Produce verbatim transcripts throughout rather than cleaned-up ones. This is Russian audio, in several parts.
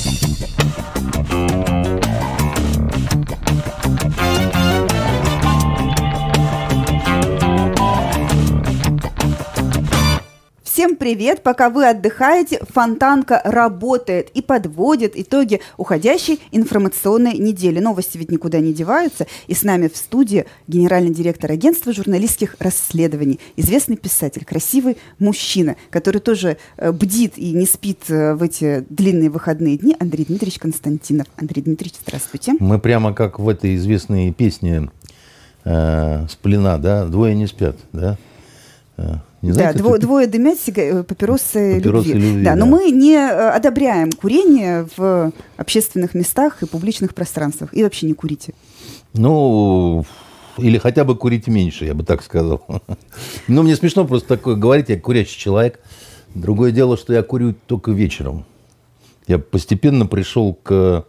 Всем привет! Пока вы отдыхаете, Фонтанка работает и подводит итоги уходящей информационной недели. Новости ведь никуда не деваются. И с нами в студии генеральный директор агентства журналистских расследований, известный писатель, красивый мужчина, который тоже бдит и не спит в эти длинные выходные дни, Андрей Дмитриевич Константинов. Андрей Дмитриевич, здравствуйте. Мы прямо как в этой известной песне э, «Сплина», да? «Двое не спят», да? Не знаете, да, дво, это... двое дымят сига... папиросы, папиросы любви. любви. Да, Да. но мы не одобряем курение в общественных местах и публичных пространствах. И вообще не курите. Ну, или хотя бы курите меньше, я бы так сказал. Но мне смешно просто такое говорить, я курящий человек. Другое дело, что я курю только вечером. Я постепенно пришел к...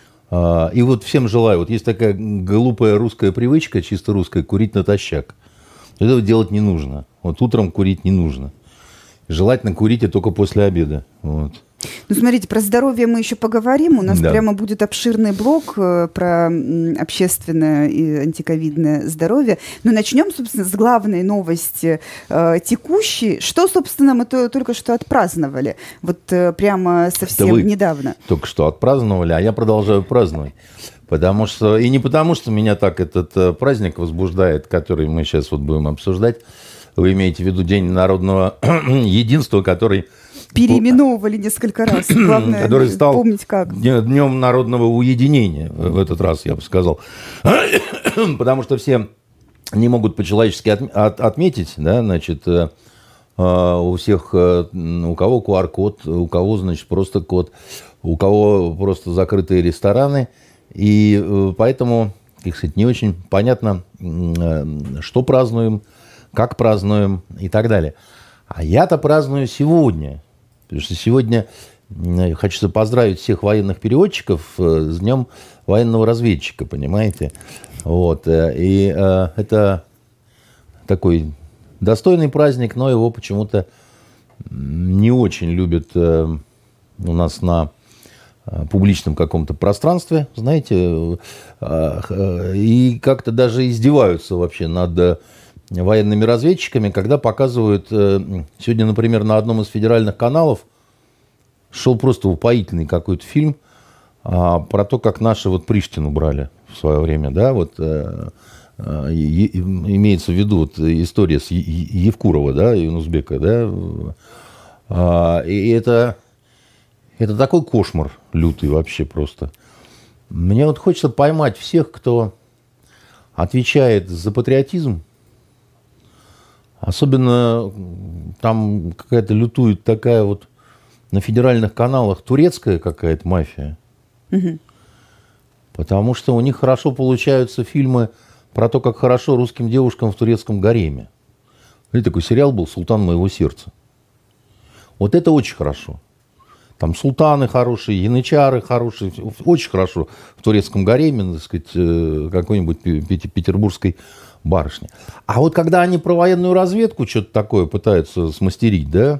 И вот всем желаю. Вот есть такая глупая русская привычка, чисто русская, курить натощак. Этого делать не нужно. Вот утром курить не нужно. Желательно курить только после обеда. Вот. Ну, смотрите, про здоровье мы еще поговорим. У нас да. прямо будет обширный блок э, про м, общественное и антиковидное здоровье. Но начнем, собственно, с главной новости э, текущей. Что, собственно, мы то, только что отпраздновали. Вот э, прямо совсем недавно. Только что отпраздновали, а я продолжаю праздновать. Потому что, и не потому, что меня так этот э, праздник возбуждает, который мы сейчас вот будем обсуждать. Вы имеете в виду День народного единства, который... Переименовывали несколько раз. Главное который стал помнить как. Днем народного уединения. В этот раз, я бы сказал. Потому что все не могут по-человечески от, от, отметить, да, значит... Э, у всех, у кого ку ар код, у кого, значит, просто код, у кого просто закрытые рестораны. И поэтому, как сказать, не очень понятно, что празднуем, как празднуем и так далее. А я-то праздную сегодня. Потому что сегодня хочется поздравить всех военных переводчиков с Днем военного разведчика, понимаете? Вот. И это такой достойный праздник, но его почему-то не очень любят у нас на публичном каком-то пространстве, знаете, и как-то даже издеваются вообще над военными разведчиками, когда показывают... Сегодня, например, на одном из федеральных каналов шел просто упоительный какой-то фильм про то, как наши вот Приштину брали в свое время, да, вот... Имеется в виду вот история с Евкурова, да, Юнусбека, да, и это... Это такой кошмар лютый вообще просто. Мне вот хочется поймать всех, кто отвечает за патриотизм. Особенно там какая-то лютует такая вот на федеральных каналах турецкая какая-то мафия. Угу. Потому что у них хорошо получаются фильмы про то, как хорошо русским девушкам в турецком гареме. И такой сериал был «Султан моего сердца». Вот это очень хорошо. Там султаны хорошие, янычары хорошие, очень хорошо в турецком гареме, так сказать, какой-нибудь петербургской барышни. А вот когда они про военную разведку что-то такое пытаются смастерить, да,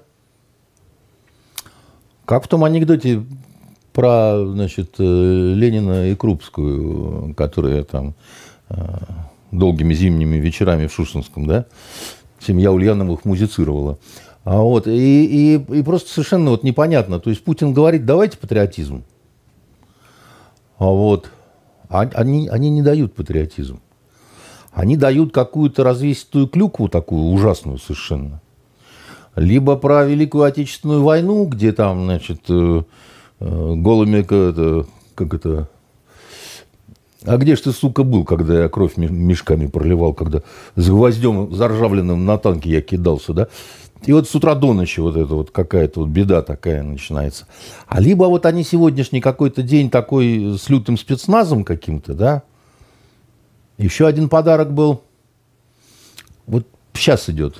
как в том анекдоте про, значит, Ленина и Крупскую, которые там долгими зимними вечерами в Шушинском, да, семья Ульяновых музицировала. А вот, и, и, и просто совершенно вот непонятно. То есть Путин говорит, давайте патриотизм. А вот, а, они, они не дают патриотизм. Они дают какую-то развесистую клюкву, такую ужасную совершенно. Либо про Великую Отечественную войну, где там, значит, э, э, голыми, это, как это... А где ж ты, сука, был, когда я кровь мешками проливал, когда с гвоздем заржавленным на танке я кидался, да? И вот с утра до ночи вот это вот какая-то вот беда такая начинается. А либо вот они сегодняшний какой-то день такой с лютым спецназом каким-то, да? Еще один подарок был. Вот сейчас идет.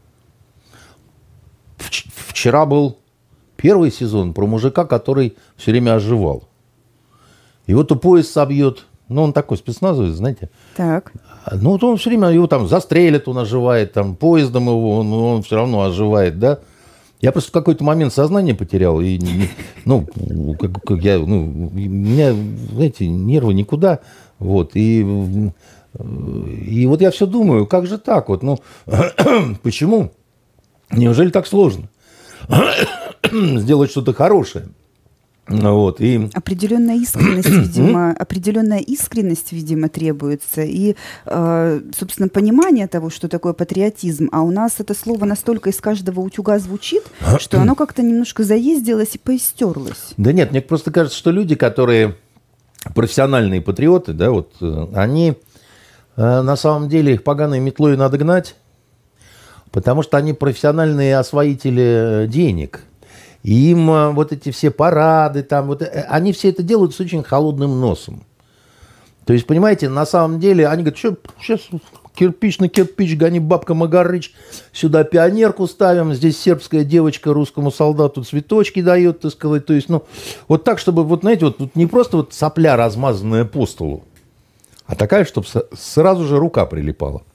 Вчера был первый сезон про мужика, который все время оживал. Его то поезд собьет. Ну, он такой спецназовый, знаете. Так. Ну, вот он все время, его там застрелят, он оживает, там, поездом его, он, он все равно оживает, да. Я просто в какой-то момент сознание потерял, и, ну, как, как я, ну, у меня, знаете, нервы никуда, вот, и, и вот я все думаю, как же так вот, ну, почему? Неужели так сложно сделать что-то хорошее? Вот, и... Определенная искренность, видимо, определенная искренность, видимо, требуется. И, э, собственно, понимание того, что такое патриотизм. А у нас это слово настолько из каждого утюга звучит, что оно как-то немножко заездилось и поистерлось. Да нет, мне просто кажется, что люди, которые профессиональные патриоты, да, вот, они, э, на самом деле, их поганой метлой надо гнать, потому что они профессиональные освоители денег. И им вот эти все парады, там, вот, они все это делают с очень холодным носом. То есть, понимаете, на самом деле, они говорят, что сейчас кирпич на кирпич, гони бабка Магарыч, сюда пионерку ставим, здесь сербская девочка русскому солдату цветочки дает, так сказать. То есть, ну, вот так, чтобы, вот, знаете, вот, вот не просто вот сопля, размазанная по столу, а такая, чтобы сразу же рука прилипала.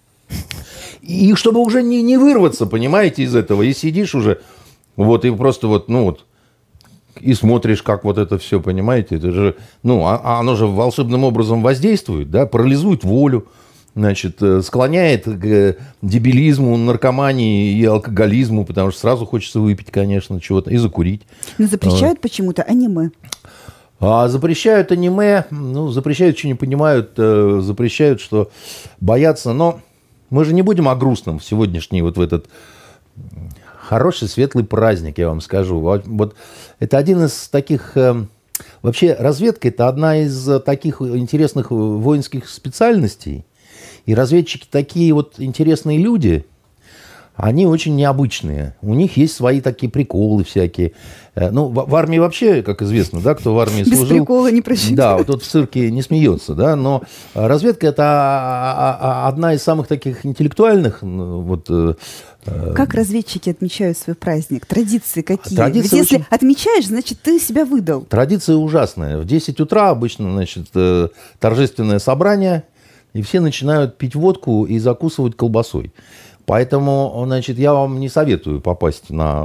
И чтобы уже не, не вырваться, понимаете, из этого. И сидишь уже... Вот, и просто вот, ну вот, и смотришь, как вот это все, понимаете, это же, ну, а, оно же волшебным образом воздействует, да, парализует волю, значит, склоняет к дебилизму, наркомании и алкоголизму, потому что сразу хочется выпить, конечно, чего-то, и закурить. Но запрещают а. почему-то аниме. А запрещают аниме, ну, запрещают, что не понимают, запрещают, что боятся, но мы же не будем о грустном в сегодняшний вот в этот... Хороший, светлый праздник, я вам скажу. Вот, вот это один из таких... Э, вообще, разведка – это одна из таких интересных воинских специальностей. И разведчики такие вот интересные люди, они очень необычные. У них есть свои такие приколы всякие. Э, ну, в, в армии вообще, как известно, да, кто в армии без служил... Без прикола не просчитать. Да, вот тот в цирке не смеется, да, но разведка – это одна из самых таких интеллектуальных вот... Как разведчики отмечают свой праздник? Традиции какие? Традиции Ведь если очень... отмечаешь, значит, ты себя выдал. Традиция ужасная. В десять утра обычно, значит, торжественное собрание, и все начинают пить водку и закусывать колбасой. Поэтому, значит, я вам не советую попасть на...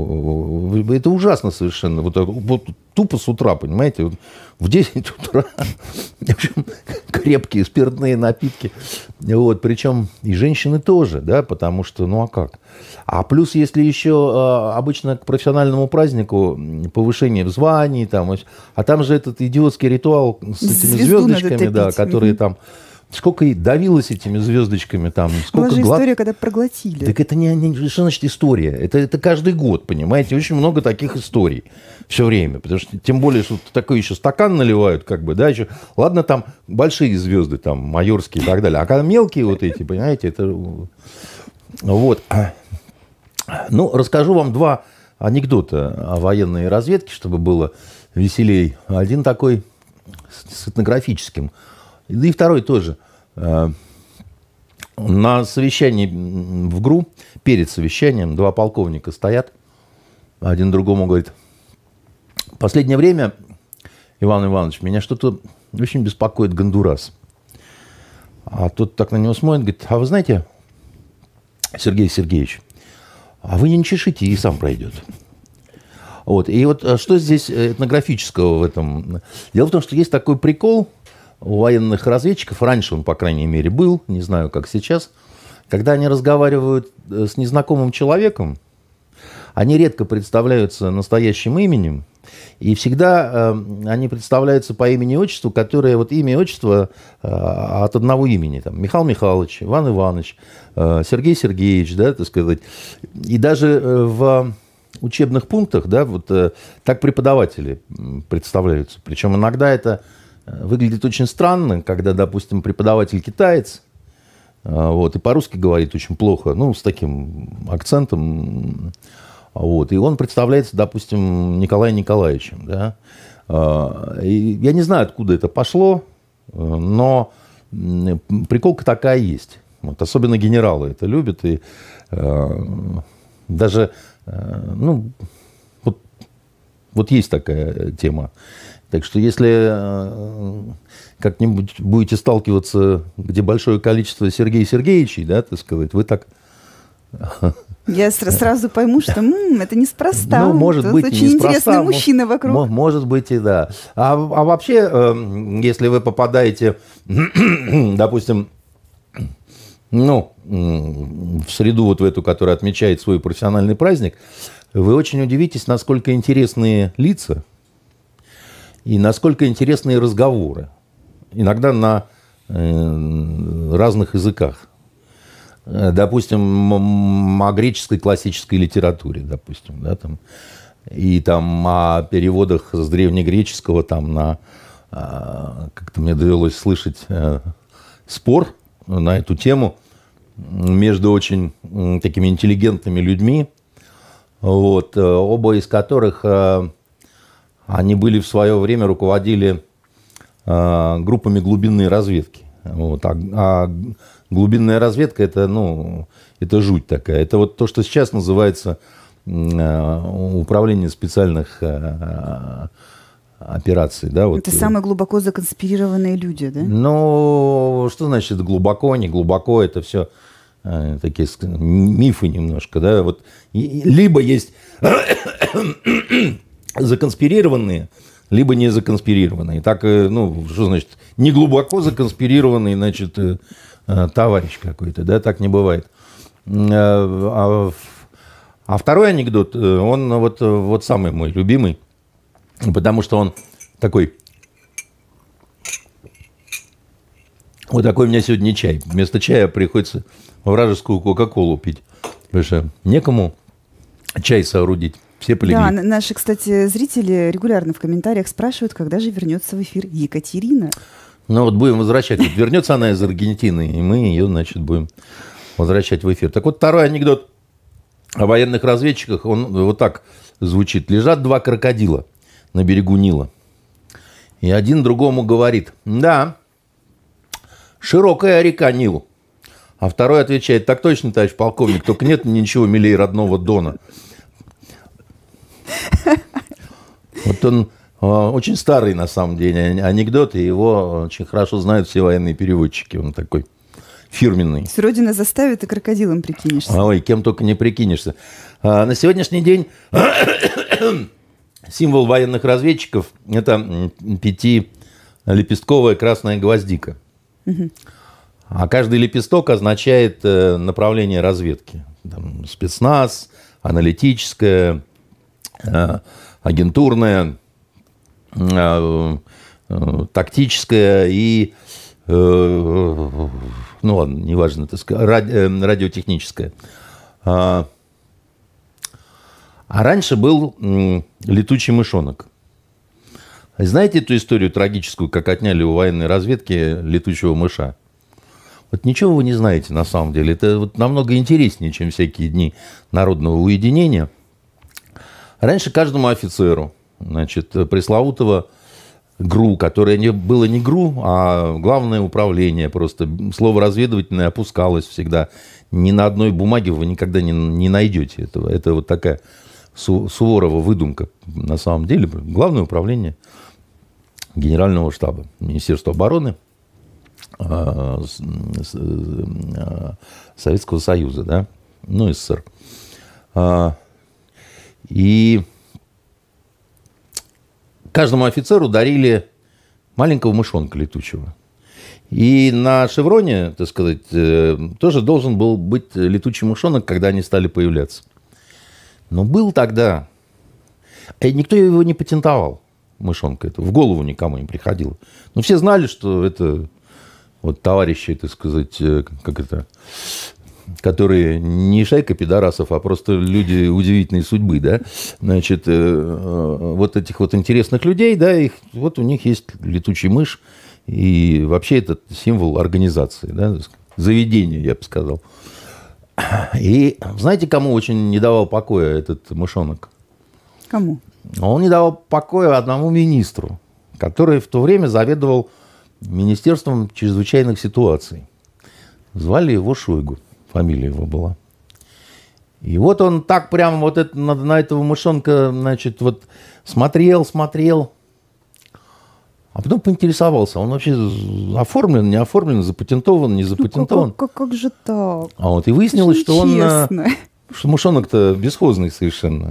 Это ужасно совершенно. Вот, вот тупо с утра, понимаете? Вот в десять утра. В общем, крепкие спиртные напитки. Вот, причем и женщины тоже, да, потому что, ну а как? А плюс, если еще обычно к профессиональному празднику повышение в звании, там, а там же этот идиотский ритуал с этими Звезду звездочками, да, которые mm-hmm. там... Сколько и давилось этими звездочками там. Сколько Была же глад... история, когда проглотили. Так это не, не... Что значит история? Это, это каждый год, понимаете? Очень много таких историй все время. Потому что, тем более, что такой еще стакан наливают, как бы, да, еще... Ладно, там большие звезды, там, майорские и так далее. А когда мелкие вот эти, понимаете, это... Вот. Ну, расскажу вам два анекдота о военной разведке, чтобы было веселей. Один такой с этнографическим. Да и второй тоже. На совещании в ГРУ, перед совещанием, два полковника стоят. Один другому говорит: последнее время, Иван Иванович, меня что-то очень беспокоит Гондурас. А тот так на него смотрит, говорит: а вы знаете, Сергей Сергеевич, а вы не чешите, и сам пройдет. Вот. И вот что здесь этнографического в этом? Дело в том, что есть такой прикол у военных разведчиков, раньше он, по крайней мере, был, не знаю, как сейчас, когда они разговаривают с незнакомым человеком, они редко представляются настоящим именем, и всегда э, они представляются по имени и отчеству, которое вот имя и отчество э, от одного имени. Там, Михаил Михайлович, Иван Иванович, э, Сергей Сергеевич, да, так сказать. И даже э, в учебных пунктах, да, вот э, так преподаватели представляются. Причем иногда это выглядит очень странно, когда, допустим, преподаватель китаец, вот, и по-русски говорит очень плохо, ну, с таким акцентом, вот, и он представляется, допустим, Николаем Николаевичем, да. И я не знаю, откуда это пошло, но приколка такая есть. Вот, особенно генералы это любят, и даже, ну, вот, вот есть такая тема. Так что если э, как-нибудь будете сталкиваться, где большое количество Сергея Сергеевичей, да, так сказать, вы так Я сразу пойму, что м, это неспроста. Ну, может Тут быть, очень неспроста, интересный мужчина вокруг. Может быть и да. А, а вообще, если вы попадаете, допустим, ну, в среду вот в эту, которая отмечает свой профессиональный праздник, вы очень удивитесь, насколько интересные лица и насколько интересные разговоры. Иногда на э, разных языках. Допустим, о греческой классической литературе, допустим, да, там, и там о переводах с древнегреческого там на, как-то мне довелось слышать спор на эту тему между очень такими интеллигентными людьми, вот, оба из которых они были в свое время руководили группами глубинной разведки. Вот, а, а глубинная разведка это, ну, это жуть такая. Это вот то, что сейчас называется управление специальных операций. Да, вот. Это самые глубоко законспирированные люди, да? Ну, что значит глубоко, не глубоко, это все такие мифы немножко. Да? Вот, либо есть законспирированные, либо не законспирированный. Так, ну, что значит, не глубоко законспирированный, значит, товарищ какой-то, да, так не бывает. А, а второй анекдот, он вот, вот самый мой любимый, потому что он такой, вот такой у меня сегодня чай. Вместо чая приходится вражескую кока-колу пить, потому что некому чай соорудить. Все полегли. Да, наши, кстати, зрители регулярно в комментариях спрашивают, когда же вернется в эфир Екатерина. Ну вот будем возвращать. Вот вернется она из Аргентины, и мы ее, значит, будем возвращать в эфир. Так вот, второй анекдот о военных разведчиках, он вот так звучит. Лежат два крокодила на берегу Нила. И один другому говорит: да, широкая река Нил. А второй отвечает: так точно, товарищ полковник, только нет ничего милее родного Дона. Вот он очень старый, на самом деле, анекдот, и его очень хорошо знают все военные переводчики. Он такой фирменный. Если Родина заставит, и крокодилом прикинешься. Ой, кем только не прикинешься. А на сегодняшний день символ военных разведчиков – это пятилепестковая красная гвоздика. Угу. А каждый лепесток означает направление разведки. Там спецназ, аналитическая, агентурная, тактическая и, ну ладно, неважно, так сказать, ради, радиотехническая. А раньше был летучий мышонок. Знаете эту историю трагическую, как отняли у военной разведки летучего мыша? Вот ничего вы не знаете на самом деле. Это вот намного интереснее, чем всякие дни народного уединения. Раньше каждому офицеру, значит, пресловутого ГРУ, которое не, было не ГРУ, а главное управление, просто слово разведывательное опускалось всегда. Ни на одной бумаге вы никогда не, не найдете этого. Это вот такая Су, Суворова выдумка. На самом деле главное управление Генерального штаба, Министерства обороны э, с, с, э, Советского Союза, да, ну, СССР. Э, И каждому офицеру дарили маленького мышонка летучего. И на шевроне, так сказать, тоже должен был быть летучий мышонок, когда они стали появляться. Но был тогда... И никто его не патентовал, мышонка этого. В голову никому не приходило. Но все знали, что это вот товарищи, так сказать, как это... которые не шайка пидорасов, а просто люди удивительной судьбы, да, значит, вот этих вот интересных людей, да, их, вот у них есть летучий мышь, и вообще это символ организации, да, заведения, я бы сказал. И знаете, кому очень не давал покоя этот мышонок? Кому? Он не давал покоя одному министру, который в то время заведовал Министерством чрезвычайных ситуаций. Звали его Шойгу. Фамилия его была. И вот он так прямо вот это, на, на этого мышонка, значит, вот смотрел, смотрел. А потом поинтересовался, он вообще оформлен, не оформлен, запатентован, не запатентован. Ну, как, как, как же так? А вот и выяснилось, что он, что мышонок-то бесхозный совершенно.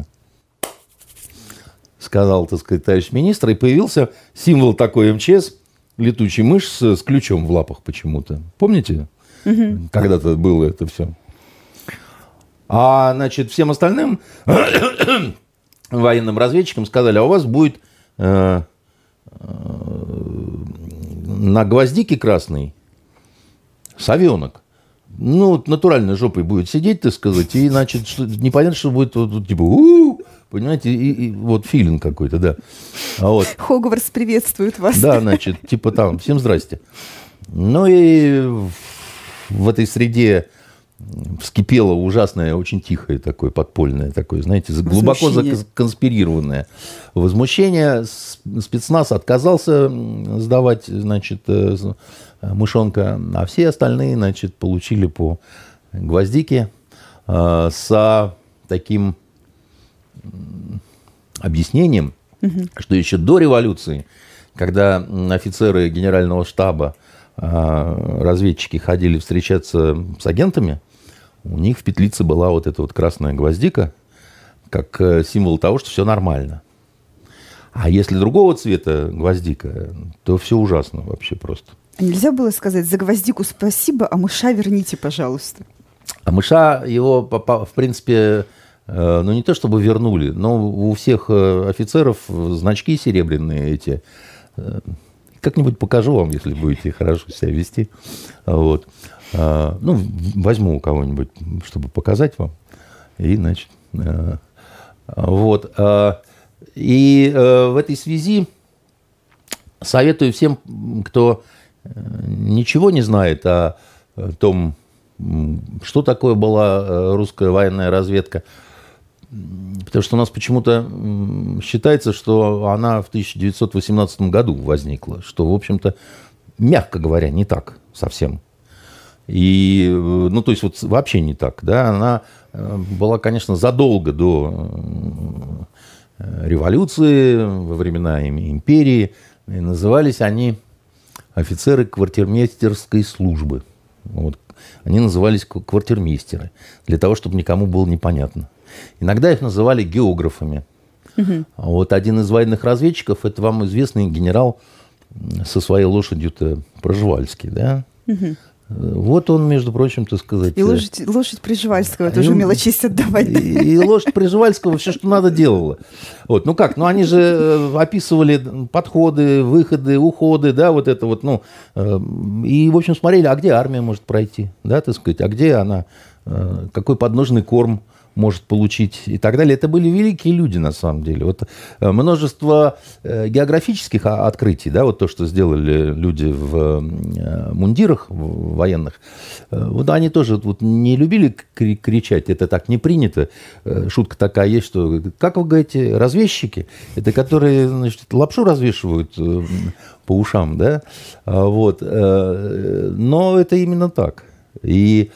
Сказал, так сказать, товарищ министр, и появился символ такой МЧС, летучий мышь с, с ключом в лапах почему-то. Помните? Угу. Когда-то было это все. А, значит, всем остальным военным разведчикам сказали, а у вас будет э, э, на гвоздике красный совенок. Ну, натурально жопой будет сидеть, так сказать, и, значит, что, непонятно, что будет, вот, вот, типа, у-у-у, понимаете, и, и вот филин какой-то, да. А вот. Хогвартс приветствует вас. Да, значит, типа там, всем здрасте. Ну и в этой среде вскипело ужасное, очень тихое такое, подпольное такое, знаете, глубоко законспирированное возмущение. Спецназ отказался сдавать, значит, мышонка, а все остальные, значит, получили по гвоздике э, с таким объяснением, угу. что еще до революции, когда офицеры генерального штаба, э, разведчики ходили встречаться с агентами, у них в петлице была вот эта вот красная гвоздика, как символ того, что все нормально. А если другого цвета гвоздика, то все ужасно вообще просто. Нельзя было сказать за гвоздику спасибо, а мыша верните, пожалуйста. А мыша его, в принципе, ну не то чтобы вернули, но у всех офицеров значки серебряные эти. Как-нибудь покажу вам, если будете хорошо себя вести. Вот. Ну, возьму у кого-нибудь, чтобы показать вам. И, значит, вот. И в этой связи советую всем, кто ничего не знает о том, что такое была русская военная разведка, потому что у нас почему-то считается, что она в тысяча девятьсот восемнадцатом году возникла, что, в общем-то, мягко говоря, не так совсем. И, ну, то есть, вот вообще не так, да, она была, конечно, задолго до революции, во времена империи, и назывались они офицеры квартирмейстерской службы. Вот. Они назывались квартирмейстеры, для того, чтобы никому было непонятно. Иногда их называли географами. Угу. Вот один из военных разведчиков, это вам известный генерал со своей лошадью-то Пржевальский, да? Угу. Вот он, между прочим, так сказать... И лошадь, лошадь Пржевальского тоже умела честь отдавать. И, и лошадь Пржевальского все, что надо, делала. Вот. Ну как, ну они же описывали подходы, выходы, уходы, да, вот это вот, ну... И, в общем, смотрели, а где армия может пройти, да, так сказать, а где она, какой подножный корм может получить и так далее. Это были великие люди, на самом деле. Вот множество географических открытий, да, вот то, что сделали люди в мундирах военных, вот они тоже вот не любили кричать, это так не принято. Шутка такая есть, что, как вы говорите, разведчики, это которые, значит, лапшу развешивают по ушам, да, вот. Но это именно так. И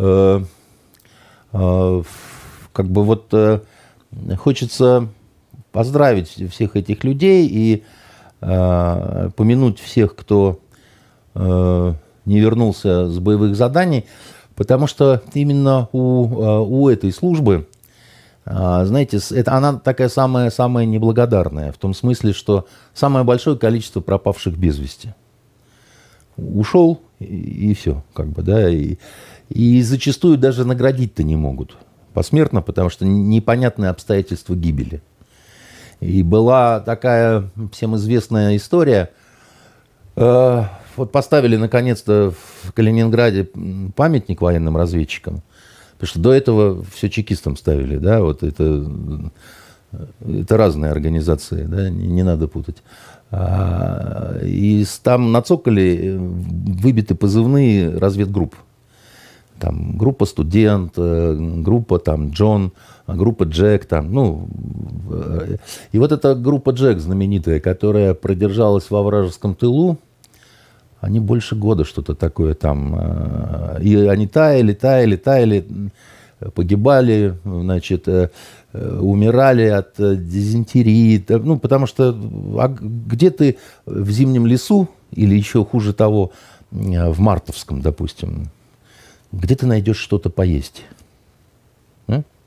как бы вот э, хочется поздравить всех этих людей и э, помянуть всех, кто э, не вернулся с боевых заданий, потому что именно у, э, у этой службы, э, знаете, это, она такая самая, самая неблагодарная, в том смысле, что самое большое количество пропавших без вести. Ушел, и, и все, как бы, да, и, и зачастую даже наградить-то не могут посмертно, потому что непонятные обстоятельства гибели. И была такая всем известная история. Э, вот поставили наконец-то в Калининграде памятник военным разведчикам, потому что до этого все чекистам ставили, да, вот это, это разные организации, да, не, не надо путать. А, и там на цоколе выбиты позывные разведгрупп. Там группа «Студент», группа там «Джон», группа «Джек». Там, ну, и вот эта группа «Джек» знаменитая, которая продержалась во вражеском тылу, они больше года что-то такое там. И они таяли, таяли, таяли, погибали, значит, умирали от дизентерии. Ну, потому что а где ты в зимнем лесу, или еще хуже того, в Мартовском, допустим, где ты найдешь что-то поесть? А?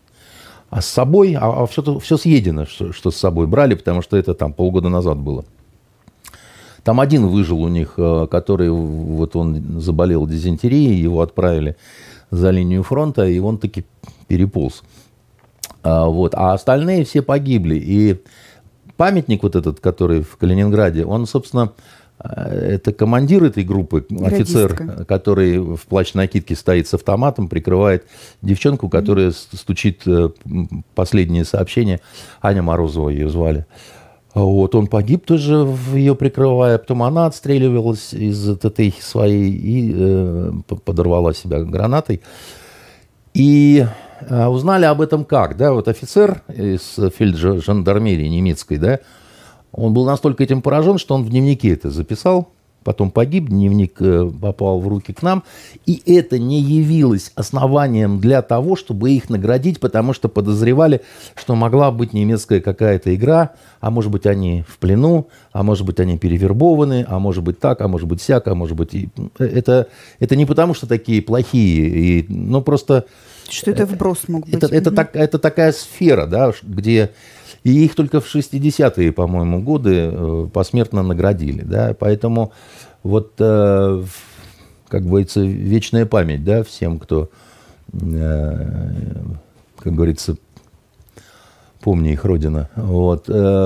А с собой, а, а все, все съедено, что, что с собой брали, потому что это там полгода назад было. Там один выжил у них, который, вот он заболел дизентерией, его отправили за линию фронта, и он таки переполз. А, вот, а остальные все погибли. И памятник вот этот, который в Калининграде, он, собственно, это командир этой группы, офицер, Радистка. Который в плащ-накидке стоит с автоматом, прикрывает девчонку, которая mm-hmm. стучит последние сообщения. Аня Морозова ее звали. Вот, он погиб тоже, ее прикрывая. Потом она отстреливалась из ТТ своей и э, подорвала себя гранатой. И э, узнали об этом как? Да? Вот офицер из фельджандармерии немецкой, да, он был настолько этим поражен, что он в дневнике это записал. Потом погиб, дневник попал в руки к нам. И это не явилось основанием для того, чтобы их наградить, потому что подозревали, что могла быть немецкая какая-то игра, а может быть они в плену, а может быть они перевербованы, а может быть так, а может быть сяк, а может быть... И... Это, это не потому, что такие плохие, и, ну просто... Что это вброс мог быть. Это, это, так, это такая сфера, да, где... И их только в шестидесятые, по-моему, годы посмертно наградили, да, поэтому вот, как говорится, вечная память, да, всем, кто, как говорится, помни их родина, вот,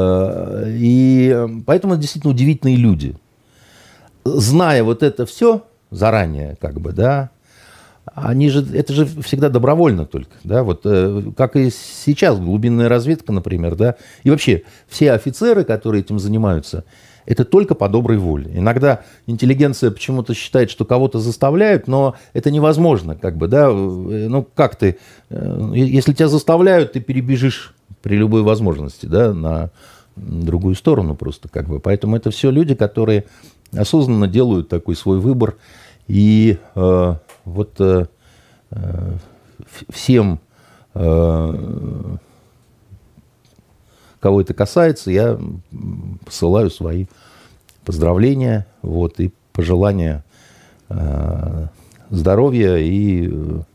и поэтому действительно удивительные люди, зная вот это все заранее, как бы, да. Они же, это же всегда добровольно только, да, вот э, как и сейчас глубинная разведка, например, да, и вообще все офицеры, которые этим занимаются, это только по доброй воле. Иногда интеллигенция почему-то считает, что кого-то заставляют, но это невозможно, как бы, да, ну как ты, э, если тебя заставляют, ты перебежишь при любой возможности, да, на другую сторону просто, как бы, поэтому это все люди, которые осознанно делают такой свой выбор и э, вот э, э, всем, э, кого это касается, я посылаю свои поздравления, вот, и пожелания э, здоровья и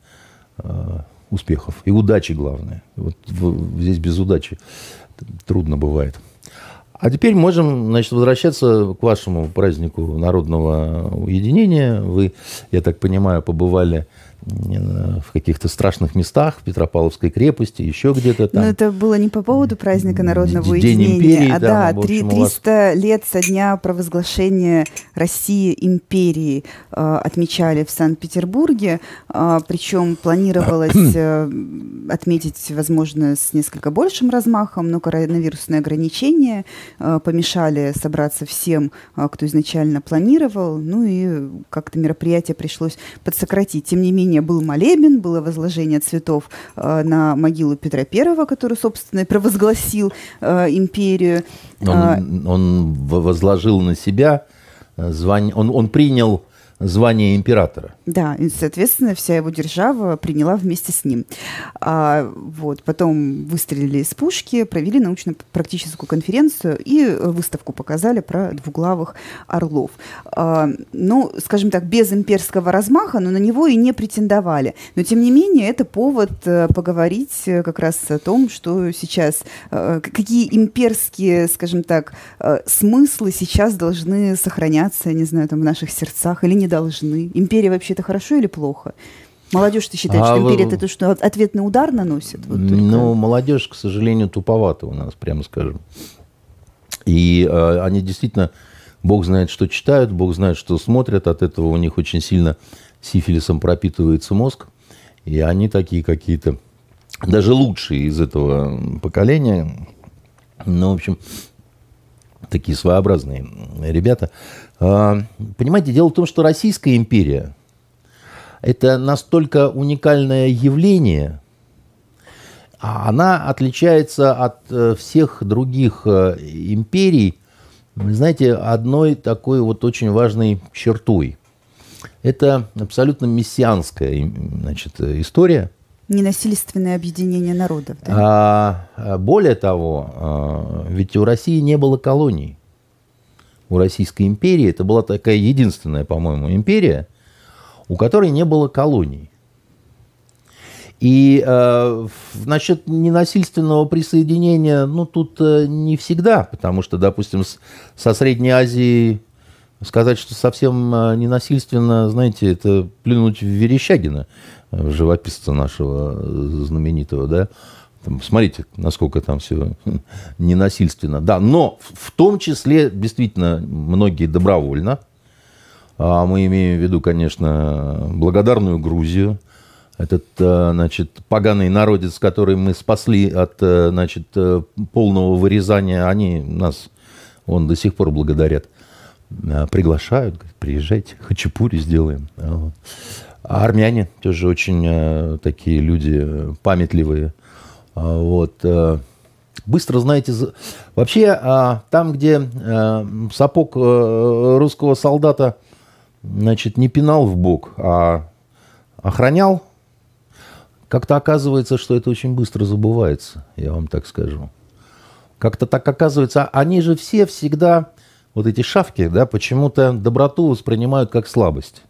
э, успехов. И удачи, главное. Вот в, здесь без удачи трудно бывает. А теперь можем, значит, возвращаться к вашему празднику народного уединения. Вы, я так понимаю, побывали в каких-то страшных местах, в Петропавловской крепости, еще где-то там. Но это было не по поводу праздника народного День уединения, империи, а да, да, общем, триста вас... лет со дня провозглашения России империи э, отмечали в Санкт-Петербурге, э, причем планировалось э, отметить, возможно, с несколько большим размахом, но коронавирусные ограничения э, помешали собраться всем, э, кто изначально планировал, ну и как-то мероприятие пришлось подсократить. Тем не менее, был молебен, было возложение цветов э, на могилу Петра Первого, который, собственно, провозгласил э, империю. Он, он возложил на себя звание, он, он принял звание императора. Да, и, соответственно, вся его держава приняла вместе с ним. А, вот, потом выстрелили из пушки, провели научно-практическую конференцию и выставку показали про двуглавых орлов. А, ну, скажем так, без имперского размаха, но на него и не претендовали. Но, тем не менее, это повод поговорить как раз о том, что сейчас, какие имперские, скажем так, смыслы сейчас должны сохраняться, не знаю, там, в наших сердцах или не должны. Империя вообще это хорошо или плохо? Молодежь-то считает, а что империя вы... это то, что ответный удар наносит? Вот ну, молодежь, к сожалению, туповата у нас, прямо скажем. И э, они действительно, бог знает, что читают, бог знает, что смотрят. От этого у них очень сильно сифилисом пропитывается мозг. И они такие какие-то, даже лучшие из этого поколения. Ну, в общем, такие своеобразные ребята. Понимаете, дело в том, что Российская империя – это настолько уникальное явление, она отличается от всех других империй, вы знаете, одной такой вот очень важной чертой. Это абсолютно мессианская, значит, история. Ненасильственное объединение народов. Да? А, более того, ведь у России не было колоний. У Российской империи это была такая единственная, по-моему, империя, у которой не было колоний. И э, насчет ненасильственного присоединения, ну, тут э, не всегда, потому что, допустим, с, со Средней Азии сказать, что совсем ненасильственно, знаете, это плюнуть в Верещагина, живописца нашего знаменитого, да. Там, смотрите, насколько там все ненасильственно. Да, но в том числе, действительно, многие добровольно. А мы имеем в виду, конечно, благодарную Грузию. Этот, значит, поганый народец, который мы спасли от, значит, полного вырезания, они нас, он до сих пор благодарят. Приглашают, говорят, приезжайте, хачапури сделаем. А армяне тоже очень такие люди памятливые. Вот. Быстро, знаете, вообще там, где сапог русского солдата, значит, не пинал в бок, а охранял, как-то оказывается, что это очень быстро забывается, я вам так скажу. Как-то так оказывается, они же все всегда, вот эти шавки, да, почему-то доброту воспринимают как слабость.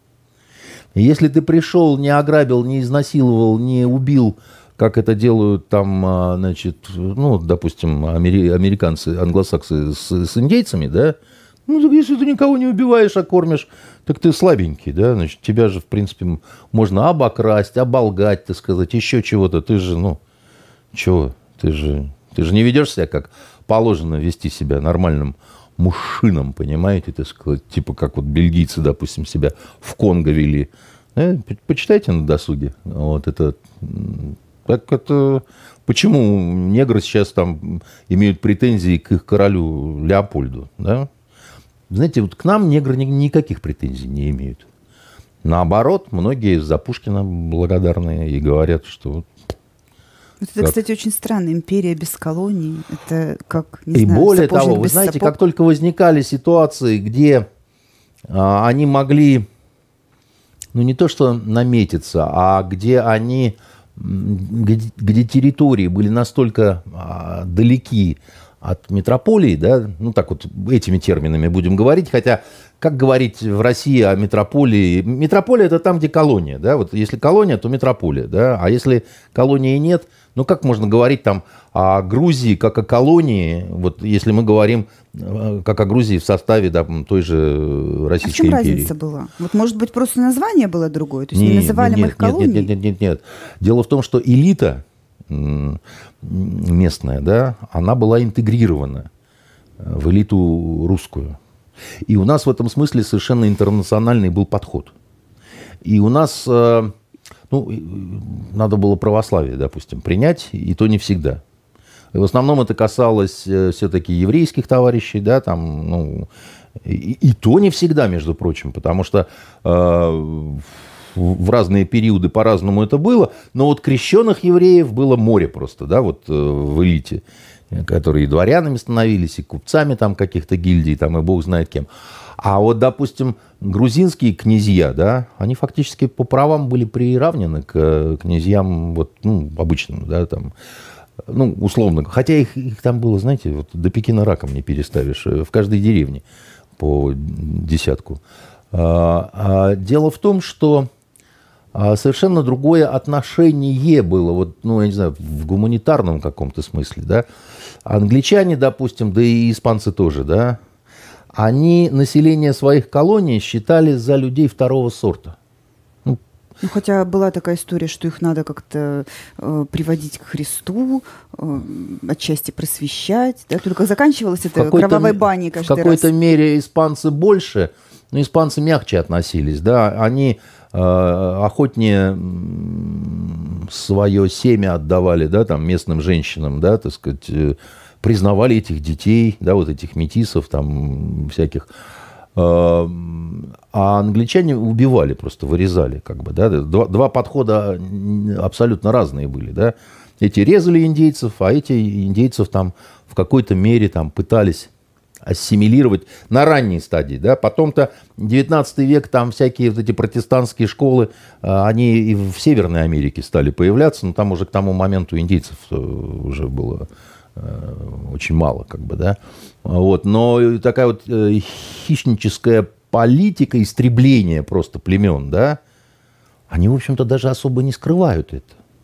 И если ты пришел, не ограбил, не изнасиловал, не убил, как это делают там, значит, ну, допустим, амери- американцы, англосаксы с, с индейцами, да, ну, если ты никого не убиваешь, а кормишь, так ты слабенький, да, значит, тебя же, в принципе, можно обокрасть, оболгать, так сказать, еще чего-то. Ты же, ну, чего, ты же, ты же не ведешь себя, как положено вести себя нормальным мужчинам, понимаете, так сказать, типа как вот бельгийцы, допустим, себя в Конго вели. Э, почитайте на досуге. Вот это, так это, почему негры сейчас там имеют претензии к их королю Леопольду, да? Знаете, вот к нам негры никаких претензий не имеют. Наоборот, многие за Пушкина благодарны и говорят, что... Это, как... кстати, очень странно. Империя без колоний. Это как, не и знаю, более того, вы знаете, сапог. как только возникали ситуации, где а, они могли, ну не то что наметиться, а где они, где, где территории были настолько а, далеки от метрополии, да, ну так вот этими терминами будем говорить, хотя как говорить в России о метрополии? Метрополия – это там, где колония, да, вот если колония, то метрополия, да, а если колонии нет, ну как можно говорить там о Грузии как о колонии, вот если мы говорим как о Грузии в составе, да, той же Российской империи. А в чем разница была? Вот может быть просто название было другое, то есть нет, не называли нет, мы их колонией? Нет, нет, нет, нет, нет. Дело в том, что элита местная, да, она была интегрирована в элиту русскую. И у нас в этом смысле совершенно интернациональный был подход. И у нас, ну, надо было православие, допустим, принять, и то не всегда. И в основном это касалось все-таки еврейских товарищей, да, там, ну, и, и то не всегда, между прочим, потому что э, в разные периоды по-разному это было, но вот крещенных евреев было море просто, да, вот в элите, которые и дворянами становились, и купцами там каких-то гильдий, там, и бог знает кем. А вот, допустим, грузинские князья, да, они фактически по правам были приравнены к князьям вот, ну, обычным, да, там, ну, условно. Хотя их, их там было, знаете, вот до Пекина раком не переставишь, в каждой деревне по десятку. А, а дело в том, что совершенно другое отношение было, вот, ну, я не знаю, в гуманитарном каком-то смысле, да. Англичане, допустим, да и испанцы тоже, да, они население своих колоний считали за людей второго сорта. Ну, ну хотя была такая история, что их надо как-то э, приводить к Христу, э, отчасти просвещать, да, только заканчивалось это кровавой баней каждый раз. В какой-то раз. мере испанцы больше, но испанцы мягче относились, да, они охотнее свое семя отдавали, да, там, местным женщинам, да, так сказать, признавали этих детей, да, вот этих метисов, там, всяких. А англичане убивали, просто вырезали, как бы, да. Два, два подхода абсолютно разные были, да. Эти резали индейцев, а эти индейцев там в какой-то мере там пытались ассимилировать на ранней стадии, да, потом-то девятнадцатый век, там всякие вот эти протестантские школы, они и в Северной Америке стали появляться, но там уже к тому моменту индейцев уже было очень мало, как бы, да, вот, но такая вот хищническая политика истребления просто племен, да, они, в общем-то, даже особо не скрывают это.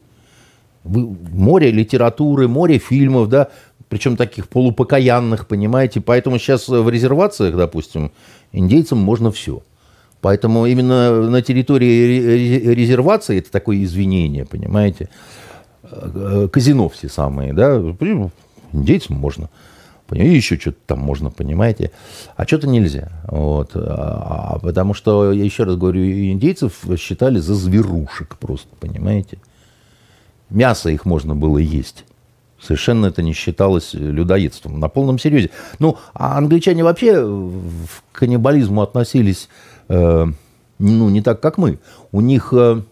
Море литературы, море фильмов, да, причем таких полупокаянных, понимаете. Поэтому сейчас в резервациях, допустим, индейцам можно все. Поэтому именно на территории резервации, это такое извинение, понимаете, казино все самые, да, индейцам можно. И еще что-то там можно, понимаете, а что-то нельзя. Вот. А, потому что, я еще раз говорю, индейцев считали за зверушек просто, понимаете. Мясо их можно было есть. Совершенно это не считалось людоедством. На полном серьезе. Ну, а англичане вообще к каннибализму относились, э, ну, не так, как мы. У них э,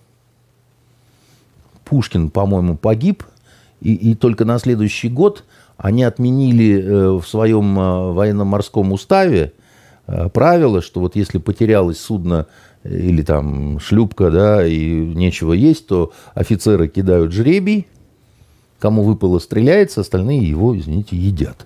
Пушкин, по-моему, погиб, и, и только на следующий год они отменили э, в своем э, военно-морском уставе э, правило, что вот если потерялось судно или там шлюпка, да, и нечего есть, то офицеры кидают жребий, кому выпало, стреляется, остальные его, извините, едят.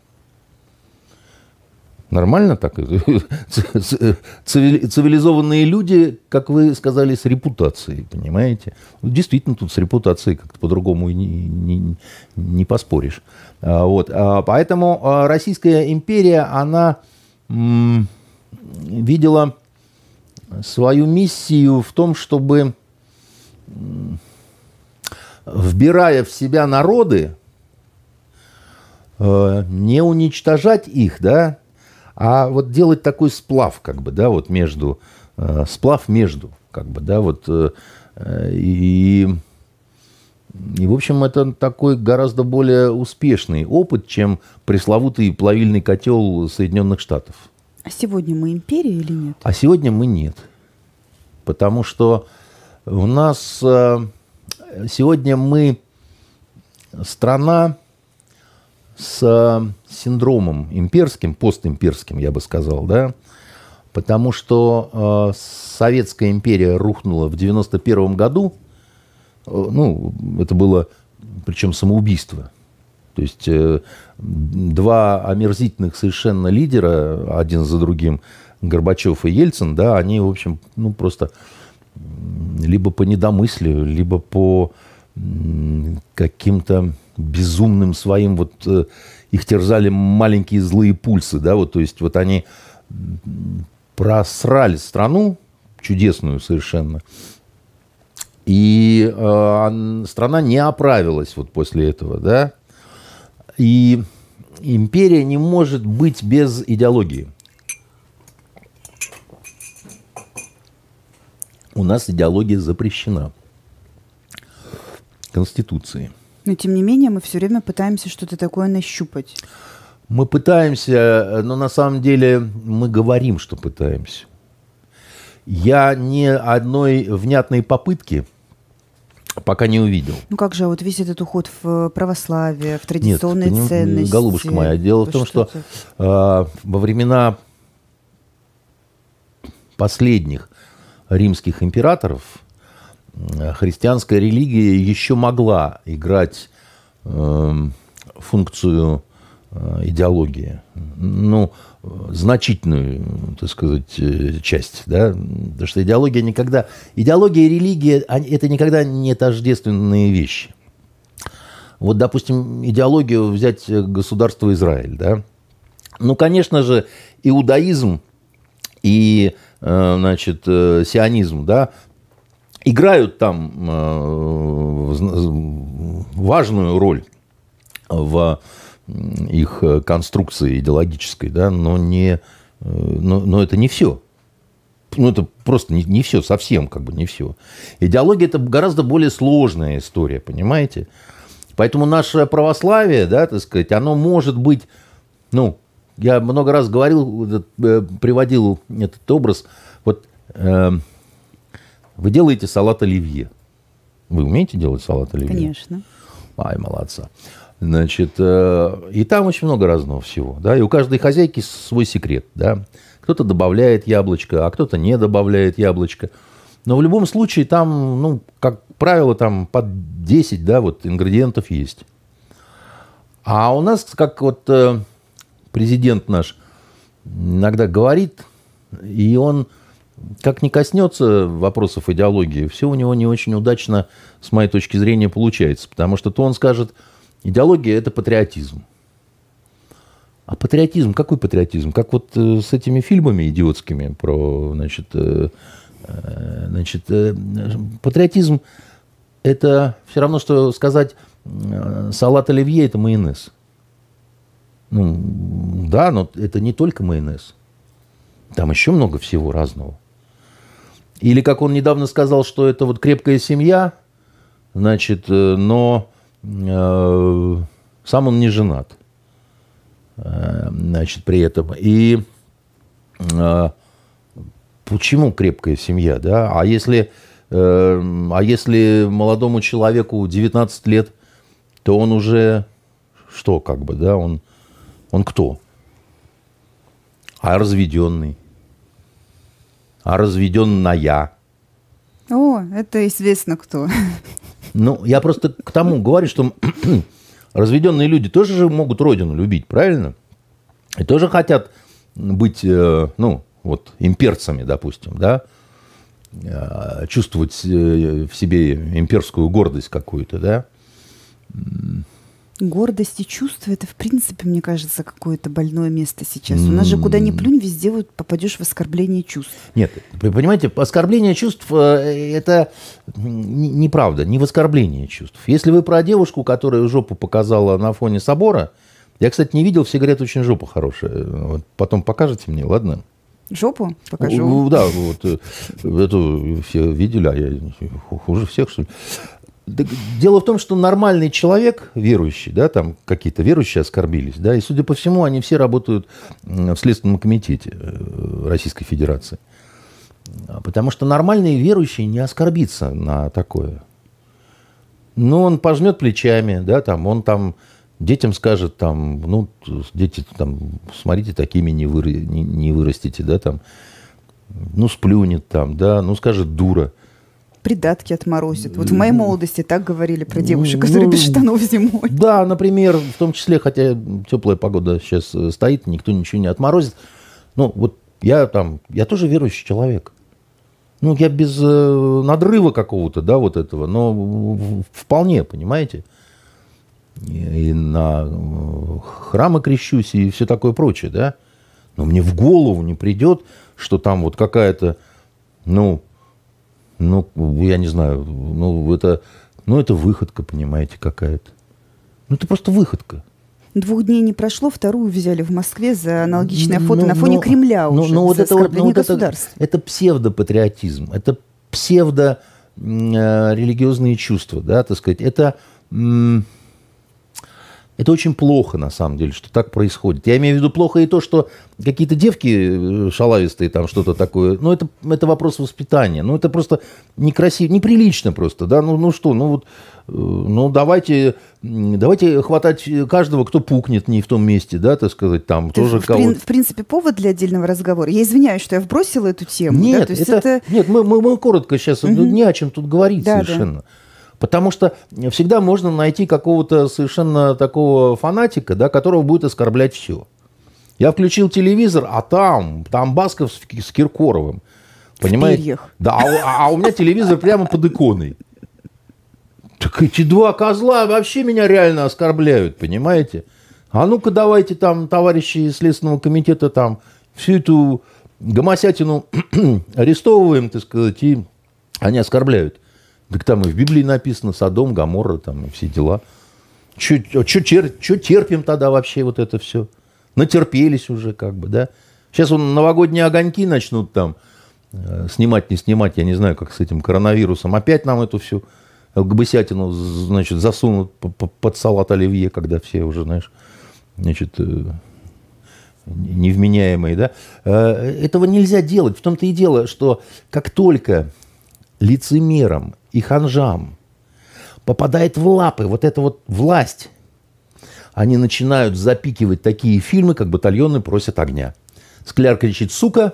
Нормально так? Цивилизованные люди, как вы сказали, с репутацией, понимаете? Действительно, тут с репутацией как-то по-другому не, не, не поспоришь. Вот. Поэтому Российская империя, она м, видела свою миссию в том, чтобы, вбирая в себя народы, не уничтожать их, да, а вот делать такой сплав, как бы, да, вот между, сплав между, как бы, да, вот, и, и, в общем, это такой гораздо более успешный опыт, чем пресловутый плавильный котел Соединенных Штатов. А сегодня мы империя или нет? А сегодня мы нет. Потому что у нас сегодня мы страна с синдромом имперским, постимперским, я бы сказал, да, потому что Советская империя рухнула в девяносто первом году, ну, это было, причем, самоубийство. То есть два омерзительных совершенно лидера, один за другим, Горбачев и Ельцин, да, они, в общем, ну, просто либо по недомыслию, либо по каким-то безумным своим, вот их терзали маленькие злые пульсы, да, вот, то есть вот они просрали страну, чудесную совершенно, и э, страна не оправилась вот после этого, да, и империя не может быть без идеологии. У нас идеология запрещена Конституцией. Но, тем не менее, мы все время пытаемся что-то такое нащупать. Мы пытаемся, но на самом деле мы говорим, что пытаемся. Я ни одной внятной попытки пока не увидел. Ну как же, вот весь этот уход в православие, в традиционные Нет, ценности. Голубушка моя, дело в том, что, что э, во времена последних римских императоров христианская религия еще могла играть э, функцию э, идеологии, ну, значительную, так сказать, часть, да, потому что идеология никогда, идеология и религия, они, это никогда не тождественные вещи. Вот, допустим, идеологию взять государство Израиль, да, ну, конечно же, иудаизм и, э, значит, э, сионизм, да, играют там э, важную роль в их конструкции идеологической, да, но, не, но, но это не все. Ну, это просто не, не все, совсем как бы не все. Идеология – это гораздо более сложная история, понимаете? Поэтому наше православие, да, так сказать, оно может быть, ну, я много раз говорил, приводил этот образ, вот э, вы делаете салат оливье. Вы умеете делать салат оливье? Конечно. Ай, молодца. Значит, э, и там очень много разного всего, да, и у каждой хозяйки свой секрет, да. Кто-то добавляет яблочко, а кто-то не добавляет яблочко. Но в любом случае там, ну, как правило, там под десять, да, вот ингредиентов есть. А у нас, как вот э, президент наш иногда говорит, и он как ни коснется вопросов идеологии, все у него не очень удачно, с моей точки зрения, получается. Потому что то он скажет, идеология – это патриотизм. А патриотизм, какой патриотизм? Как вот э, с этими фильмами идиотскими про, значит, э, э, значит э, патриотизм – это все равно, что сказать, э, салат оливье – это майонез. Ну, да, но это не только майонез. Там еще много всего разного. Или, как он недавно сказал, что это вот крепкая семья, значит, э, но э, сам он не женат. Значит, при этом. И э, почему крепкая семья, да? А если, э, а если молодому человеку девятнадцать лет, то он уже что, как бы, да? Он, он кто? А разведенный? А разведенная? О, это известно кто. Ну, я просто к тому говорю, что разведенные люди тоже же могут родину любить, правильно? И тоже хотят быть, ну, вот, имперцами, допустим, да? Чувствовать в себе имперскую гордость какую-то, да? Гордость и чувство – это, в принципе, мне кажется, какое-то больное место сейчас. У нас же куда ни плюнь, везде вот попадешь в оскорбление чувств. Нет, вы понимаете, оскорбление чувств – это неправда, не в оскорблении чувств. Если вы про девушку, которая жопу показала на фоне собора, я, кстати, не видел, все говорят, очень жопа хорошая. Вот потом покажете мне, ладно? Жопу покажу? Да, вот эту все видели, а я хуже всех, что ли. Дело в том, что нормальный человек, верующий, да, там какие-то верующие оскорбились, да, и, судя по всему, они все работают в Следственном комитете Российской Федерации. Потому что нормальный верующий не оскорбится на такое. Ну, он пожмет плечами, да, там, он там детям скажет, там, ну, дети, там, смотрите, такими не, вы, не, не вырастите, да, там, ну, сплюнет там, да, ну, скажет дура. Придатки отморозит. Вот в моей молодости так говорили про девушек, которые ну, без штанов зимой. Да, например, в том числе, хотя теплая погода сейчас стоит, никто ничего не отморозит. Ну, вот я там, я тоже верующий человек. Ну, я без э, надрыва какого-то, да, вот этого, но вполне, понимаете? И, и на храмы крещусь, и все такое прочее, да. Но мне в голову не придет, что там вот какая-то, ну, ну, я не знаю, ну, это, ну, это выходка, понимаете, какая-то. Ну, это просто выходка. Двух дней не прошло, вторую взяли в Москве за аналогичное фото ну, на фоне ну, Кремля уже, ну, вот за это, оскорбление вот, государства. Это, это псевдопатриотизм, это псевдорелигиозные чувства, да, так сказать. Это, это очень плохо, на самом деле, что так происходит. Я имею в виду плохо и то, что какие-то девки шалавистые, там что-то такое, ну, это, это вопрос воспитания. Ну, это просто некрасиво, неприлично просто, да, ну, ну что, ну, вот, ну, давайте, давайте хватать каждого, кто пукнет не в том месте, да, так сказать, там это тоже в, кого-то. В принципе, повод для отдельного разговора. Я извиняюсь, что я вбросила эту тему. Нет, да? То есть это, это... нет мы, мы, мы коротко сейчас, угу. Не о чем тут говорить да, совершенно. Да. Потому что всегда можно найти какого-то совершенно такого фанатика, да, которого будет оскорблять все. Я включил телевизор, а там, там Басков с, с Киркоровым. Понимаете? В перьях. Да, а, а у меня телевизор прямо под иконой. Так эти два козла вообще меня реально оскорбляют, понимаете? А ну-ка давайте там, товарищи из Следственного комитета, там всю эту гомосятину арестовываем, так сказать, и они оскорбляют. Так там и в Библии написано Содом, Гоморра, там и все дела. Что тер, терпим тогда вообще вот это все? Натерпелись уже как бы, да? Сейчас он новогодние огоньки начнут там э, снимать, не снимать, я не знаю, как с этим коронавирусом. Опять нам эту всю гбысятину, значит, засунут под салат оливье, когда все уже, знаешь, значит, э, невменяемые, да? Э, этого нельзя делать. В том-то и дело, что как только лицемерам и ханжам попадает в лапы вот эта вот власть, они начинают запикивать такие фильмы, как «Батальоны просят огня». Скляр кричит «сука»,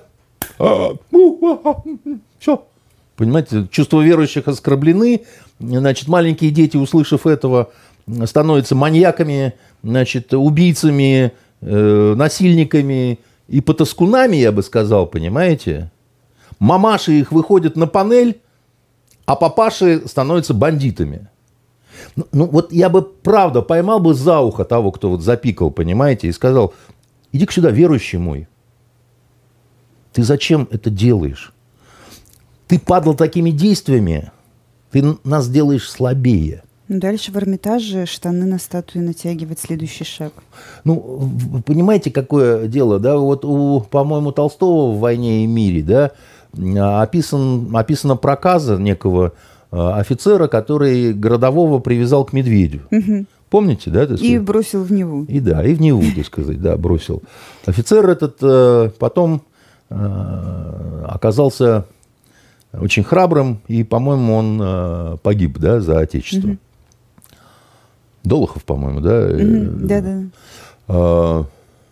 все. Понимаете, чувства верующих оскорблены, значит, маленькие дети, услышав этого, становятся маньяками, значит, убийцами, э, насильниками и потаскунами, я бы сказал, понимаете? Мамаши их выходят на панель, а папаши становятся бандитами. Ну, ну вот я бы, правда, поймал бы за ухо того, кто вот запикал, понимаете, и сказал: иди-ка сюда, верующий мой. Ты зачем это делаешь? Ты падал такими действиями, ты нас делаешь слабее. Дальше в Эрмитаже штаны на статуе натягивать, следующий шаг. Ну, вы понимаете, какое дело, да? Вот у, по-моему, Толстого в «Войне и мире», да, описан, описана проказа некого офицера, который городового привязал к медведю. Угу. Помните, да? И бросил в Неву. И да, и в Неву, так сказать, да, бросил. Офицер этот э, потом э, оказался очень храбрым, и, по-моему, он э, погиб, да, за Отечество. Угу. Долохов, по-моему, да? Угу. Да, да. А,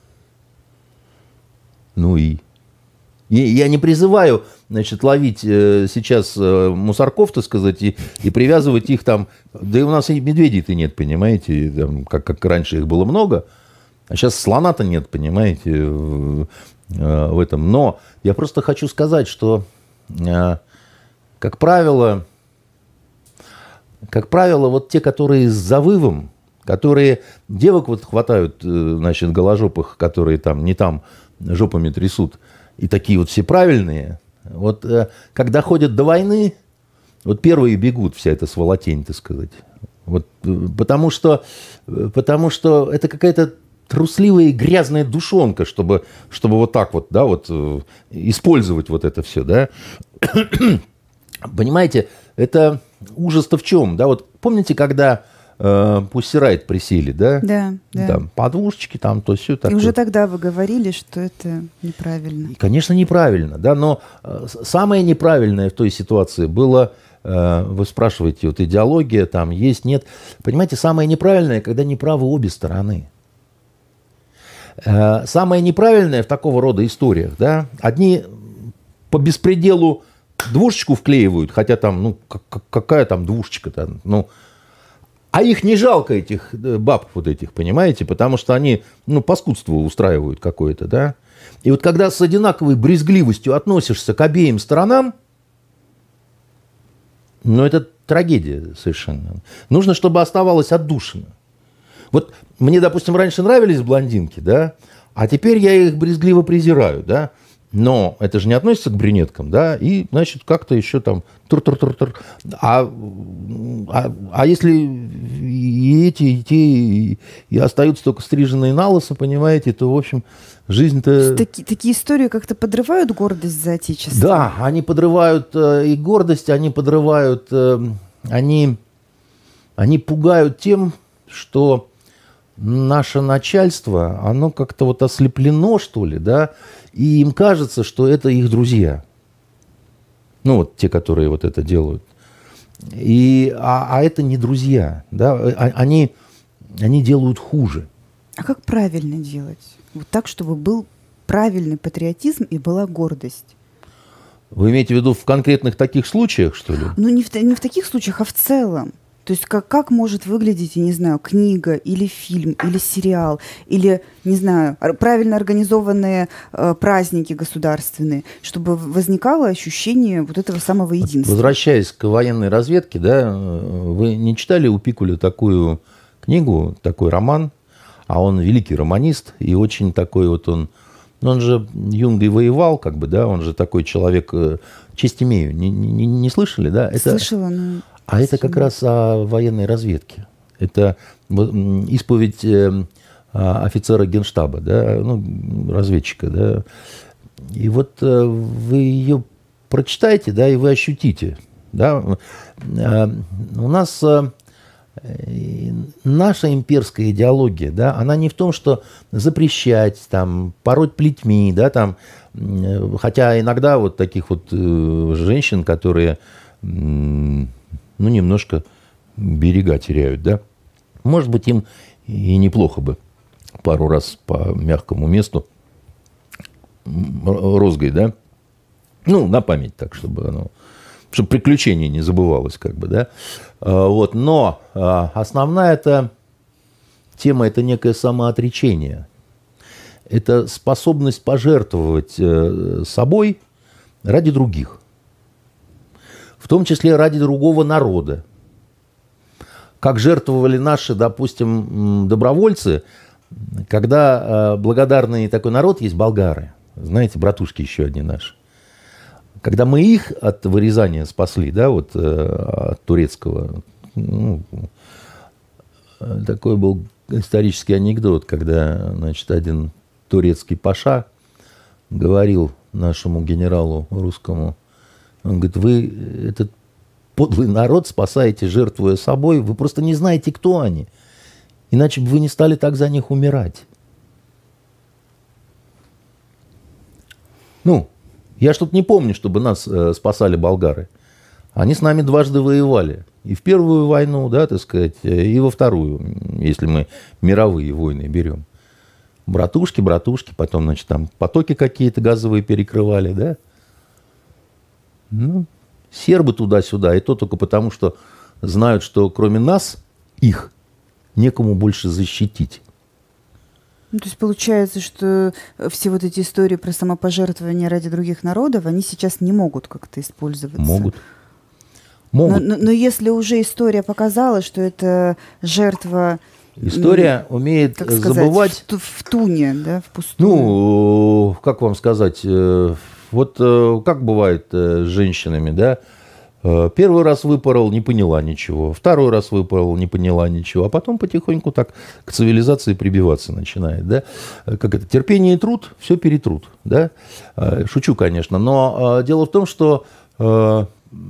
ну и... и... Я не призываю, значит, ловить э, сейчас э, мусорков, так сказать, и, и привязывать их там... Да и у нас и медведей-то нет, понимаете? Там, как, как раньше их было много. А сейчас слона-то нет, понимаете, в, э, в этом. Но я просто хочу сказать, что, э, как правило... Как правило, вот те, которые с завывом, которые девок вот хватают, значит, голожопых, которые там не там жопами трясут, и такие вот все правильные, вот когда ходят до войны, вот первые бегут, вся эта сволотень, так сказать. Вот, потому что, потому что это какая-то трусливая и грязная душонка, чтобы, чтобы вот так вот, да, вот использовать вот это все, да. Понимаете, это ужас-то в чем, да, вот помните, когда э, Pussy Riot присели, да? Да, да. Там подушечки, там то все такое. И уже тогда вы говорили, что это неправильно. И, конечно, неправильно, да, но э, самое неправильное в той ситуации было, э, вы спрашиваете, вот идеология там есть, нет. Понимаете, самое неправильное, когда неправы обе стороны. Э, самое неправильное в такого рода историях, да, одни по беспределу двушечку вклеивают, хотя там, ну, какая там двушечка-то, ну, а их не жалко, этих баб вот этих, понимаете, потому что они, ну, паскудство устраивают какое-то, да, и вот когда с одинаковой брезгливостью относишься к обеим сторонам, ну, это трагедия совершенно. Нужно, чтобы оставалось отдушина. Вот мне, допустим, раньше нравились блондинки, да, а теперь я их брезгливо презираю, да. Но это же не относится к брюнеткам, да, и, значит, как-то еще там тур-тур-тур-тур. А, а, а если и эти, и те, и, и остаются только стриженные на лысо, понимаете, то, в общем, жизнь-то... Таки, такие истории как-то подрывают гордость за Отечество? Да, они подрывают э, и гордость, они подрывают, э, они, они пугают тем, что наше начальство, оно как-то вот ослеплено, что ли, да, и им кажется, что это их друзья. Ну, вот те, которые вот это делают. И, а, а это не друзья, да, они, они делают хуже. А как правильно делать? Вот так, чтобы был правильный патриотизм и была гордость. Вы имеете в виду в конкретных таких случаях, что ли? Ну, не в, не в таких случаях, а в целом. То есть как, как может выглядеть, я не знаю, книга или фильм, или сериал, или, не знаю, правильно организованные э, праздники государственные, чтобы возникало ощущение вот этого самого единства. Возвращаясь к военной разведке, да, вы не читали у Пикуля такую книгу, такой роман, а он великий романист, и очень такой вот он, ну, он же юнгой воевал, как бы, да, он же такой человек, честь имею, не, не, не слышали, да? Это... Слышала, но... А это как раз о военной разведке. Это исповедь офицера Генштаба, да, ну, разведчика, да. И вот вы ее прочитаете, да, и вы ощутите, да. У нас наша имперская идеология, да, она не в том, что запрещать, там, пороть плетьми, да, там, хотя иногда вот таких вот женщин, которые... ну, немножко берега теряют, да. Может быть, им и неплохо бы пару раз по мягкому месту розгой, да. Ну, на память так, чтобы оно... чтобы приключение не забывалось, как бы, да. Вот. Но основная эта тема – это некое самоотречение. Это способность пожертвовать собой ради других. В том числе ради другого народа. Как жертвовали наши, допустим, добровольцы, когда благодарный такой народ есть болгары. Знаете, братушки еще одни наши. Когда мы их от вырезания спасли, да, вот от турецкого, ну, такой был исторический анекдот, когда, значит, один турецкий паша говорил нашему генералу русскому, он говорит, вы этот подлый народ спасаете, жертвуя собой, вы просто не знаете, кто они. Иначе бы вы не стали так за них умирать. Ну, я что-то не помню, чтобы нас э, спасали болгары. Они с нами дважды воевали. И в Первую войну, да, так сказать, и во Вторую, если мы мировые войны берем. Братушки, братушки, потом, значит, там потоки какие-то газовые перекрывали, да. Ну, сербы туда-сюда, и то только потому, что знают, что кроме нас, их, некому больше защитить. Ну, то есть получается, что все вот эти истории про самопожертвование ради других народов, они сейчас не могут как-то использоваться. Могут. Могут. Но, но, но если уже история показала, что это жертва... История ну, умеет как сказать, забывать... В, в туне, да, в пустыне. Ну, как вам сказать, вот как бывает с женщинами, да? Первый раз выпорол, не поняла ничего. Второй раз выпорол, не поняла ничего. А потом потихоньку так к цивилизации прибиваться начинает. Да? Как это? Терпение и труд, все перетрут. Да? Шучу, конечно. Но дело в том, что ну,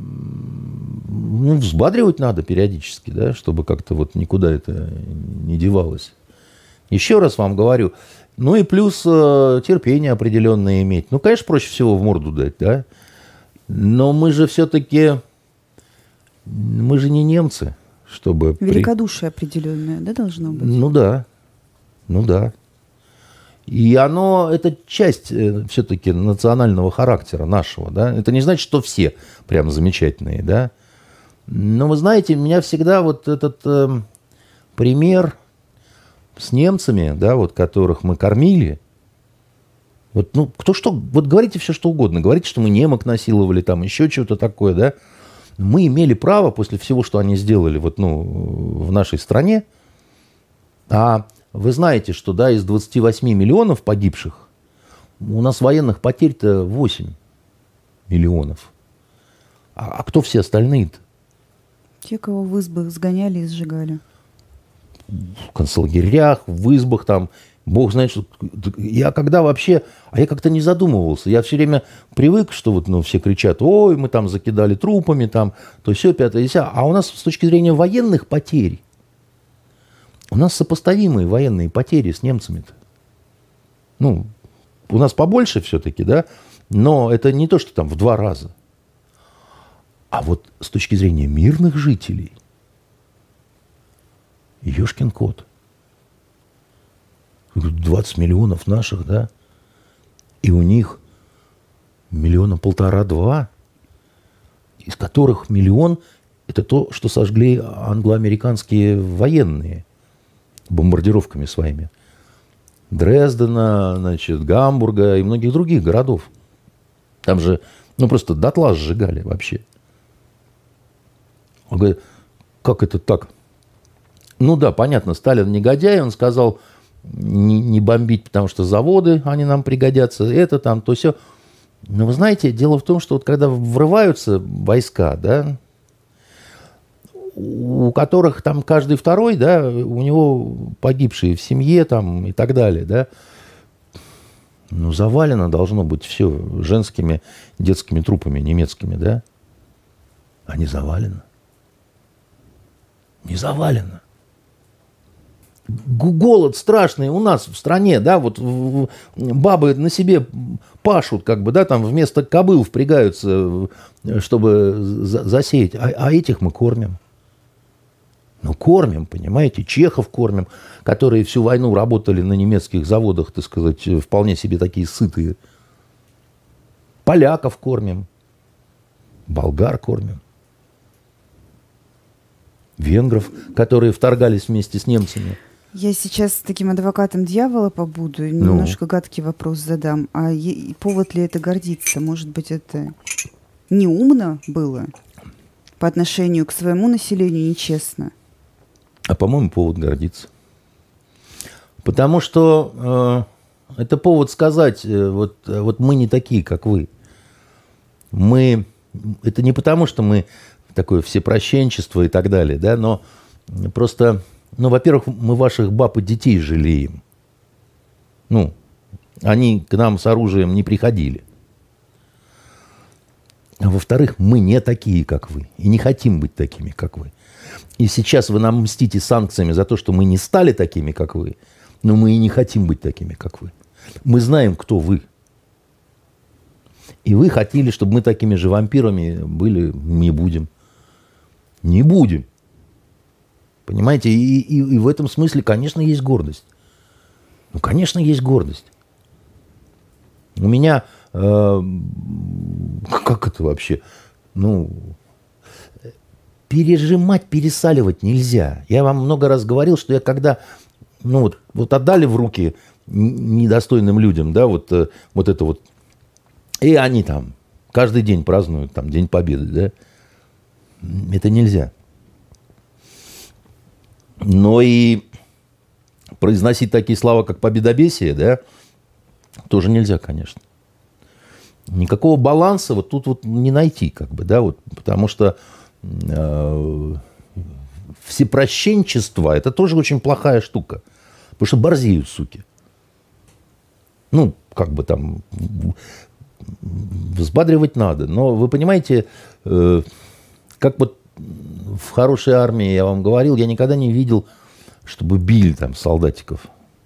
взбадривать надо периодически, да? Чтобы как-то вот никуда это не девалось. Еще раз вам говорю. Ну и плюс терпение определенное иметь. Ну, конечно, проще всего в морду дать, да? Но мы же все-таки, мы же не немцы, чтобы... Великодушие при... определенное, да, должно быть? Ну да, ну да. И оно, это часть все-таки национального характера нашего, да. Это не значит, что все прям замечательные, да. Но вы знаете, меня всегда вот этот э, пример с немцами, да, вот которых мы кормили, вот, ну, кто что, вот говорите все, что угодно. Говорите, что мы немок насиловали, там, еще что-то такое, да. Мы имели право, после всего, что они сделали вот, ну, в нашей стране, а вы знаете, что, да, из двадцати восьми миллионов погибших у нас военных потерь-то восемь миллионов. А, а кто все остальные-то? Те, кого в избах сгоняли и сжигали. В концлагерях, в избах там... Бог знает, что... Я когда вообще... А я как-то не задумывался. Я все время привык, что вот, ну, все кричат, ой, мы там закидали трупами, там, то все, пятое, десятое. А у нас с точки зрения военных потерь, у нас сопоставимые военные потери с немцами-то. Ну, у нас побольше все-таки, да, но это не то, что там в два раза. А вот с точки зрения мирных жителей, ешкин кот. двадцать миллионов наших, да, и у них миллиона полтора-два, из которых миллион – это то, что сожгли англо-американские военные бомбардировками своими. Дрездена, значит, Гамбурга и многих других городов. Там же, ну, просто дотла сжигали вообще. Он говорит, как это так? Ну да, понятно, Сталин негодяй, он сказал... Не, не бомбить, потому что заводы, они нам пригодятся, это там, то все. Но вы знаете, дело в том, что вот когда врываются войска, да, у которых там каждый второй, да, у него погибшие в семье там и так далее, да, ну, завалено должно быть все женскими детскими трупами немецкими, да, а не завалено. Не завалено. Голод страшный у нас в стране, да, вот бабы на себе пашут, как бы, да, там вместо кобыл впрягаются, чтобы засеять, а, а этих мы кормим. Ну, кормим, понимаете, чехов кормим, которые всю войну работали на немецких заводах, так сказать, вполне себе такие сытые. Поляков кормим, болгар кормим. Венгров, которые вторгались вместе с немцами. Я сейчас с таким адвокатом дьявола побуду, ну. немножко гадкий вопрос задам. А е- повод ли это гордиться? Может быть, это неумно было по отношению к своему населению, нечестно? А, по-моему, повод гордиться. Потому что э, это повод сказать, э, вот, вот мы не такие, как вы. Мы... Это не потому, что мы такое всепрощенчество и так далее, да, но просто... Ну, во-первых, мы ваших баб и детей жалеем. Ну, они к нам с оружием не приходили. А во-вторых, мы не такие, как вы. И не хотим быть такими, как вы. И сейчас вы нам мстите санкциями за то, что мы не стали такими, как вы. Но мы и не хотим быть такими, как вы. Мы знаем, кто вы. И вы хотели, чтобы мы такими же вампирами были. Не будем. Не будем. Понимаете, и, и, и в этом смысле, конечно, есть гордость. Ну, конечно, есть гордость. У меня, э, как это вообще, ну, пережимать, пересаливать нельзя. Я вам много раз говорил, что я когда, ну, вот, вот отдали в руки недостойным людям, да, вот, вот это вот, и они там каждый день празднуют, там, День Победы, да, это нельзя. Но и произносить такие слова, как победобесие, да, тоже нельзя, конечно. Никакого баланса вот тут вот не найти, как бы, да, вот, потому что э, всепрощенчество – это тоже очень плохая штука, потому что борзеют, суки. Ну, как бы там взбадривать надо, но вы понимаете, э, как вот в хорошей армии, я вам говорил, я никогда не видел, чтобы били там солдатиков.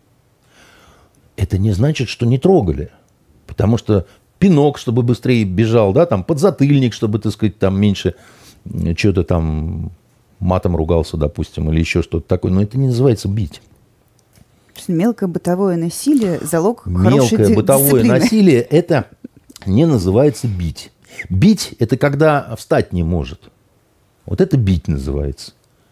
Это не значит, что не трогали. Потому что пинок, чтобы быстрее бежал, да, там подзатыльник, чтобы, так сказать, там меньше что-то там матом ругался, допустим, или еще что-то такое. Но это не называется бить. Мелкое бытовое насилие – залог хорошей дисциплины. Мелкое бытовое насилие – это не называется бить. Бить – это когда встать не может. Вот это бить называется.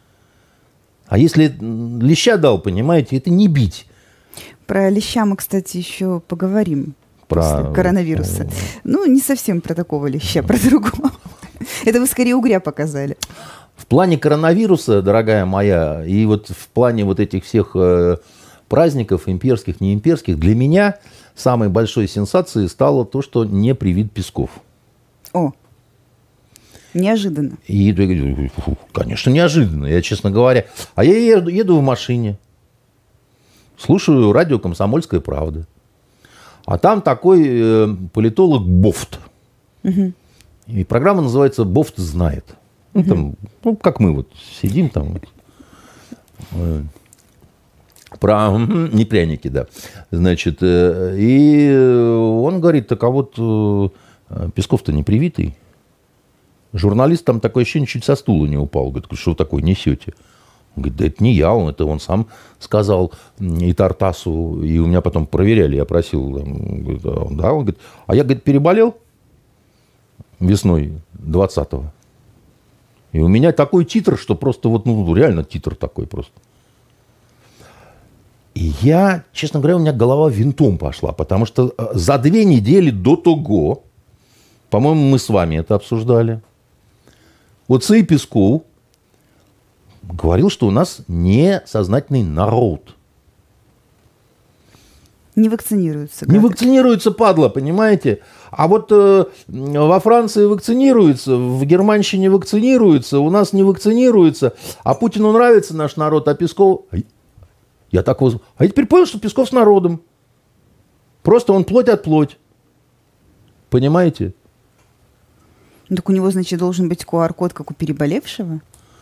А если леща дал, понимаете, это не бить. Про леща мы, кстати, еще поговорим. Про после коронавируса. Ну, не совсем про такого леща, про другого. Это вы скорее угря показали. В плане коронавируса, дорогая моя, и вот в плане вот этих всех э, праздников, имперских, не имперских, для меня самой большой сенсацией стало то, что не привит Песков. О, неожиданно. И, конечно, неожиданно, я, честно говоря. А я еду, еду в машине, слушаю радио «Комсомольская правда». А там такой э, политолог Бофт. Угу. И программа называется «Бофт знает». Ну, угу. Там, ну, как мы вот сидим там. Э, про не пряники, да. Значит, э, и он говорит, так а вот э, Песков-то не привитый. Журналист там такое ощущение, чуть со стула не упал. Говорит, что вы такое несете? Он говорит, да это не я, он, это он сам сказал и Тартасу, и у меня потом проверяли, я просил, говорит, да, он говорит, а я, говорит, переболел весной двадцатого. И у меня такой титр, что просто вот, ну, реально титр такой просто. И я, честно говоря, у меня голова винтом пошла, потому что за две недели до того, по-моему, мы с вами это обсуждали, вот Цей Песков говорил, что у нас несознательный народ. Не вакцинируются. Не вакцинируются, падла, понимаете? А вот э, во Франции вакцинируются, в Германщине вакцинируются, у нас не вакцинируются. А Путину нравится наш народ, а Песков... Я так воз... А я теперь понял, что Песков с народом. Просто он плоть от плоть. Понимаете? Ну, так у него, значит, должен быть ку ар код, как у переболевшего?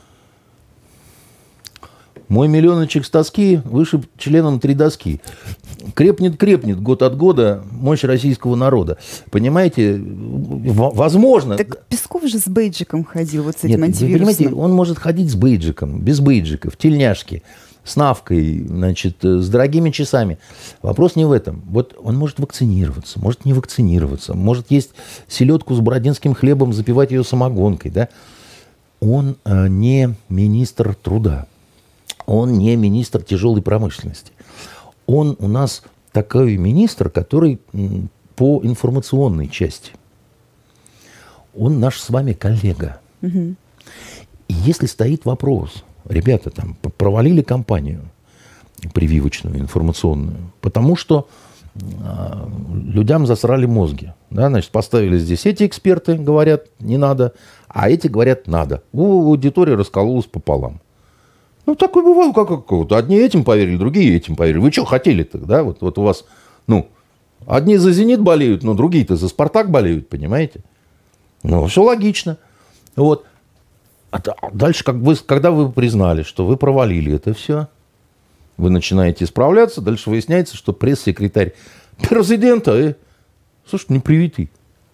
Мой миллионочек с тоски вышиб членом три доски. Крепнет, крепнет год от года мощь российского народа. Понимаете, возможно... Так Песков же с бейджиком ходил, вот с этим Нет, антивирусным. Вы понимаете, он может ходить с бейджиком, без бейджика, в тельняшке, с навкой, значит, с дорогими часами. Вопрос не в этом. Вот он может вакцинироваться, может не вакцинироваться, может есть селедку с бородинским хлебом, запивать ее самогонкой, да? Он э, не министр труда. он не министр тяжелой промышленности. Он у нас такой министр, который по информационной части. Он наш с вами коллега. Угу. И если стоит вопрос, ребята, там провалили кампанию прививочную, информационную, потому что э, людям засрали мозги. Да, значит, поставили здесь эти эксперты, говорят, не надо, а эти говорят, надо. У аудитория раскололась пополам. Ну, такое бывало, как, как вот одни этим поверили, другие этим поверили. Вы что хотели-то, да? Вот, вот у вас, ну, одни за «Зенит» болеют, но другие-то за «Спартак» болеют, понимаете? Ну, все логично. Вот. А дальше, как вы, когда вы признали, что вы провалили это все, вы начинаете исправляться, дальше выясняется, что пресс-секретарь президента, э, слушай, не привитый.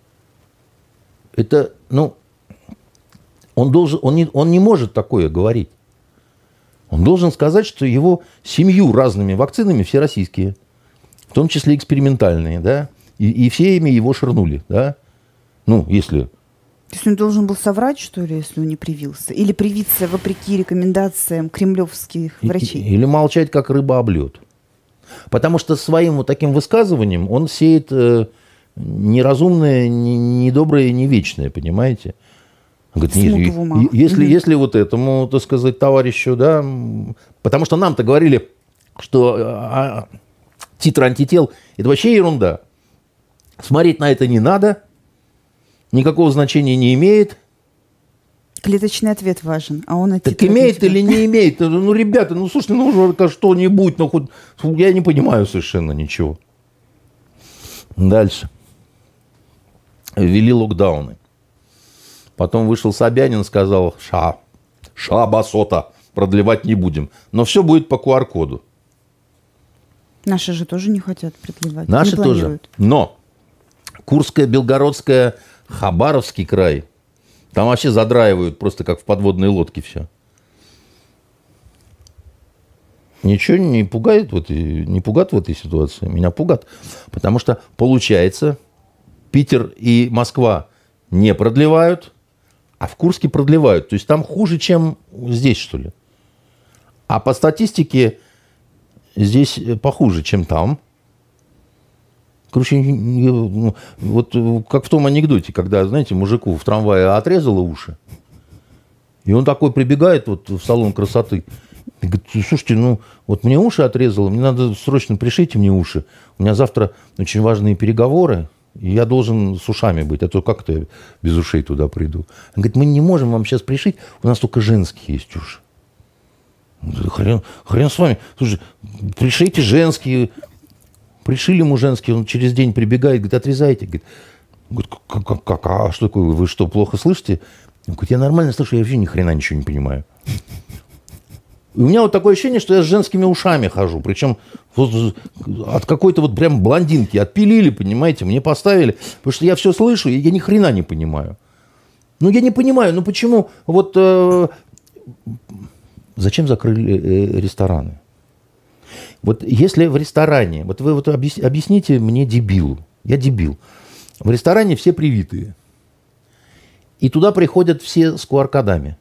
Это, ну, он должен, он не, он не может такое говорить. Он должен сказать, что его семью разными вакцинами все российские, в том числе экспериментальные, да, и, и все ими его ширнули, да. Ну, если... То есть он должен был соврать, что ли, если он не привился? Или привиться вопреки рекомендациям кремлевских врачей? Или молчать, как рыба об лед. Потому что своим вот таким высказыванием он сеет э, неразумное, не, недоброе, не вечное, понимаете? Говорит, не, если, угу. если вот этому, так сказать, товарищу, да, потому что нам-то говорили, что а, титр антител – это вообще ерунда. Смотреть на это не надо. Никакого значения не имеет. Клеточный ответ важен, а он... Так имеет или не имеет? Ну, ребята, ну, слушайте, ну, уже что-нибудь, ну, хоть... Я не понимаю совершенно ничего. Дальше. Ввели локдауны. Потом вышел Собянин, сказал, ша, ша, басота, продлевать не будем. Но все будет по ку ар коду. Наши же тоже не хотят продлевать. Наши тоже. Но Курская, Белгородская... Хабаровский край, там вообще задраивают просто как в подводной лодке все. Ничего не пугает, вот, не пугает в этой ситуации. Меня пугает, потому что получается, Питер и Москва не продлевают, а в Курске продлевают. То есть там хуже, чем здесь, что ли. А по статистике здесь похуже, чем там. Короче, вот как в том анекдоте, когда, знаете, мужику в трамвае отрезало уши, и он такой прибегает вот в салон красоты и говорит, слушайте, ну вот мне уши отрезало, мне надо срочно пришейте мне уши, у меня завтра очень важные переговоры, и я должен с ушами быть, а то как-то я без ушей туда приду. Он говорит, мы не можем вам сейчас пришить, у нас только женские есть уши. Хрен, хрен с вами, слушай, пришейте женские. Пришили ему женский, он через день прибегает, говорит, отрезайте. Говорит, как, как, как, а что такое, вы что, плохо слышите? Он говорит, я нормально слышу, я вообще ни хрена ничего не понимаю. И у меня вот такое ощущение, что я с женскими ушами хожу. Причем вот от какой-то вот прям блондинки отпилили, понимаете, мне поставили. Потому что я все слышу, и я ни хрена не понимаю. Ну, я не понимаю, ну почему вот... Э, зачем закрыли э, рестораны? Вот если в ресторане, вот вы вот объясните мне, дебилу, я дебил, в ресторане все привитые, и туда приходят все с ку ар кодами.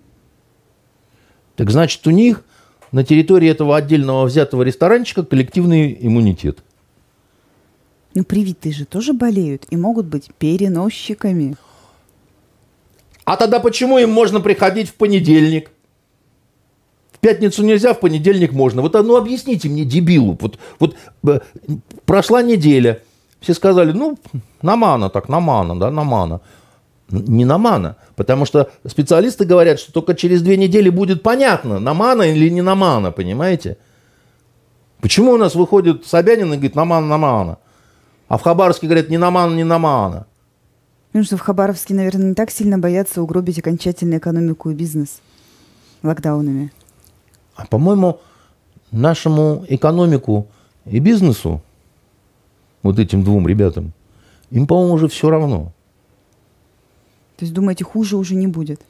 Так значит, у них на территории этого отдельного взятого ресторанчика коллективный иммунитет. Ну, привитые же тоже болеют и могут быть переносчиками. А тогда почему им можно приходить в понедельник? В пятницу нельзя, в понедельник можно. Вот, ну, объясните мне, дебилу. Вот, вот э, прошла неделя. Все сказали, ну, намана так, намана, да, намана. Не намана. Потому что специалисты говорят, что только через две недели будет понятно, намана или не намана, понимаете? Почему у нас выходит Собянин и говорит, намана, намана. А в Хабаровске говорят, не намана, не намана. Потому что в Хабаровске, наверное, не так сильно боятся угробить окончательно экономику и бизнес локдаунами. А, по-моему, нашему экономику и бизнесу, вот этим двум ребятам, им, по-моему, уже все равно. То есть, думаете, хуже уже не будет?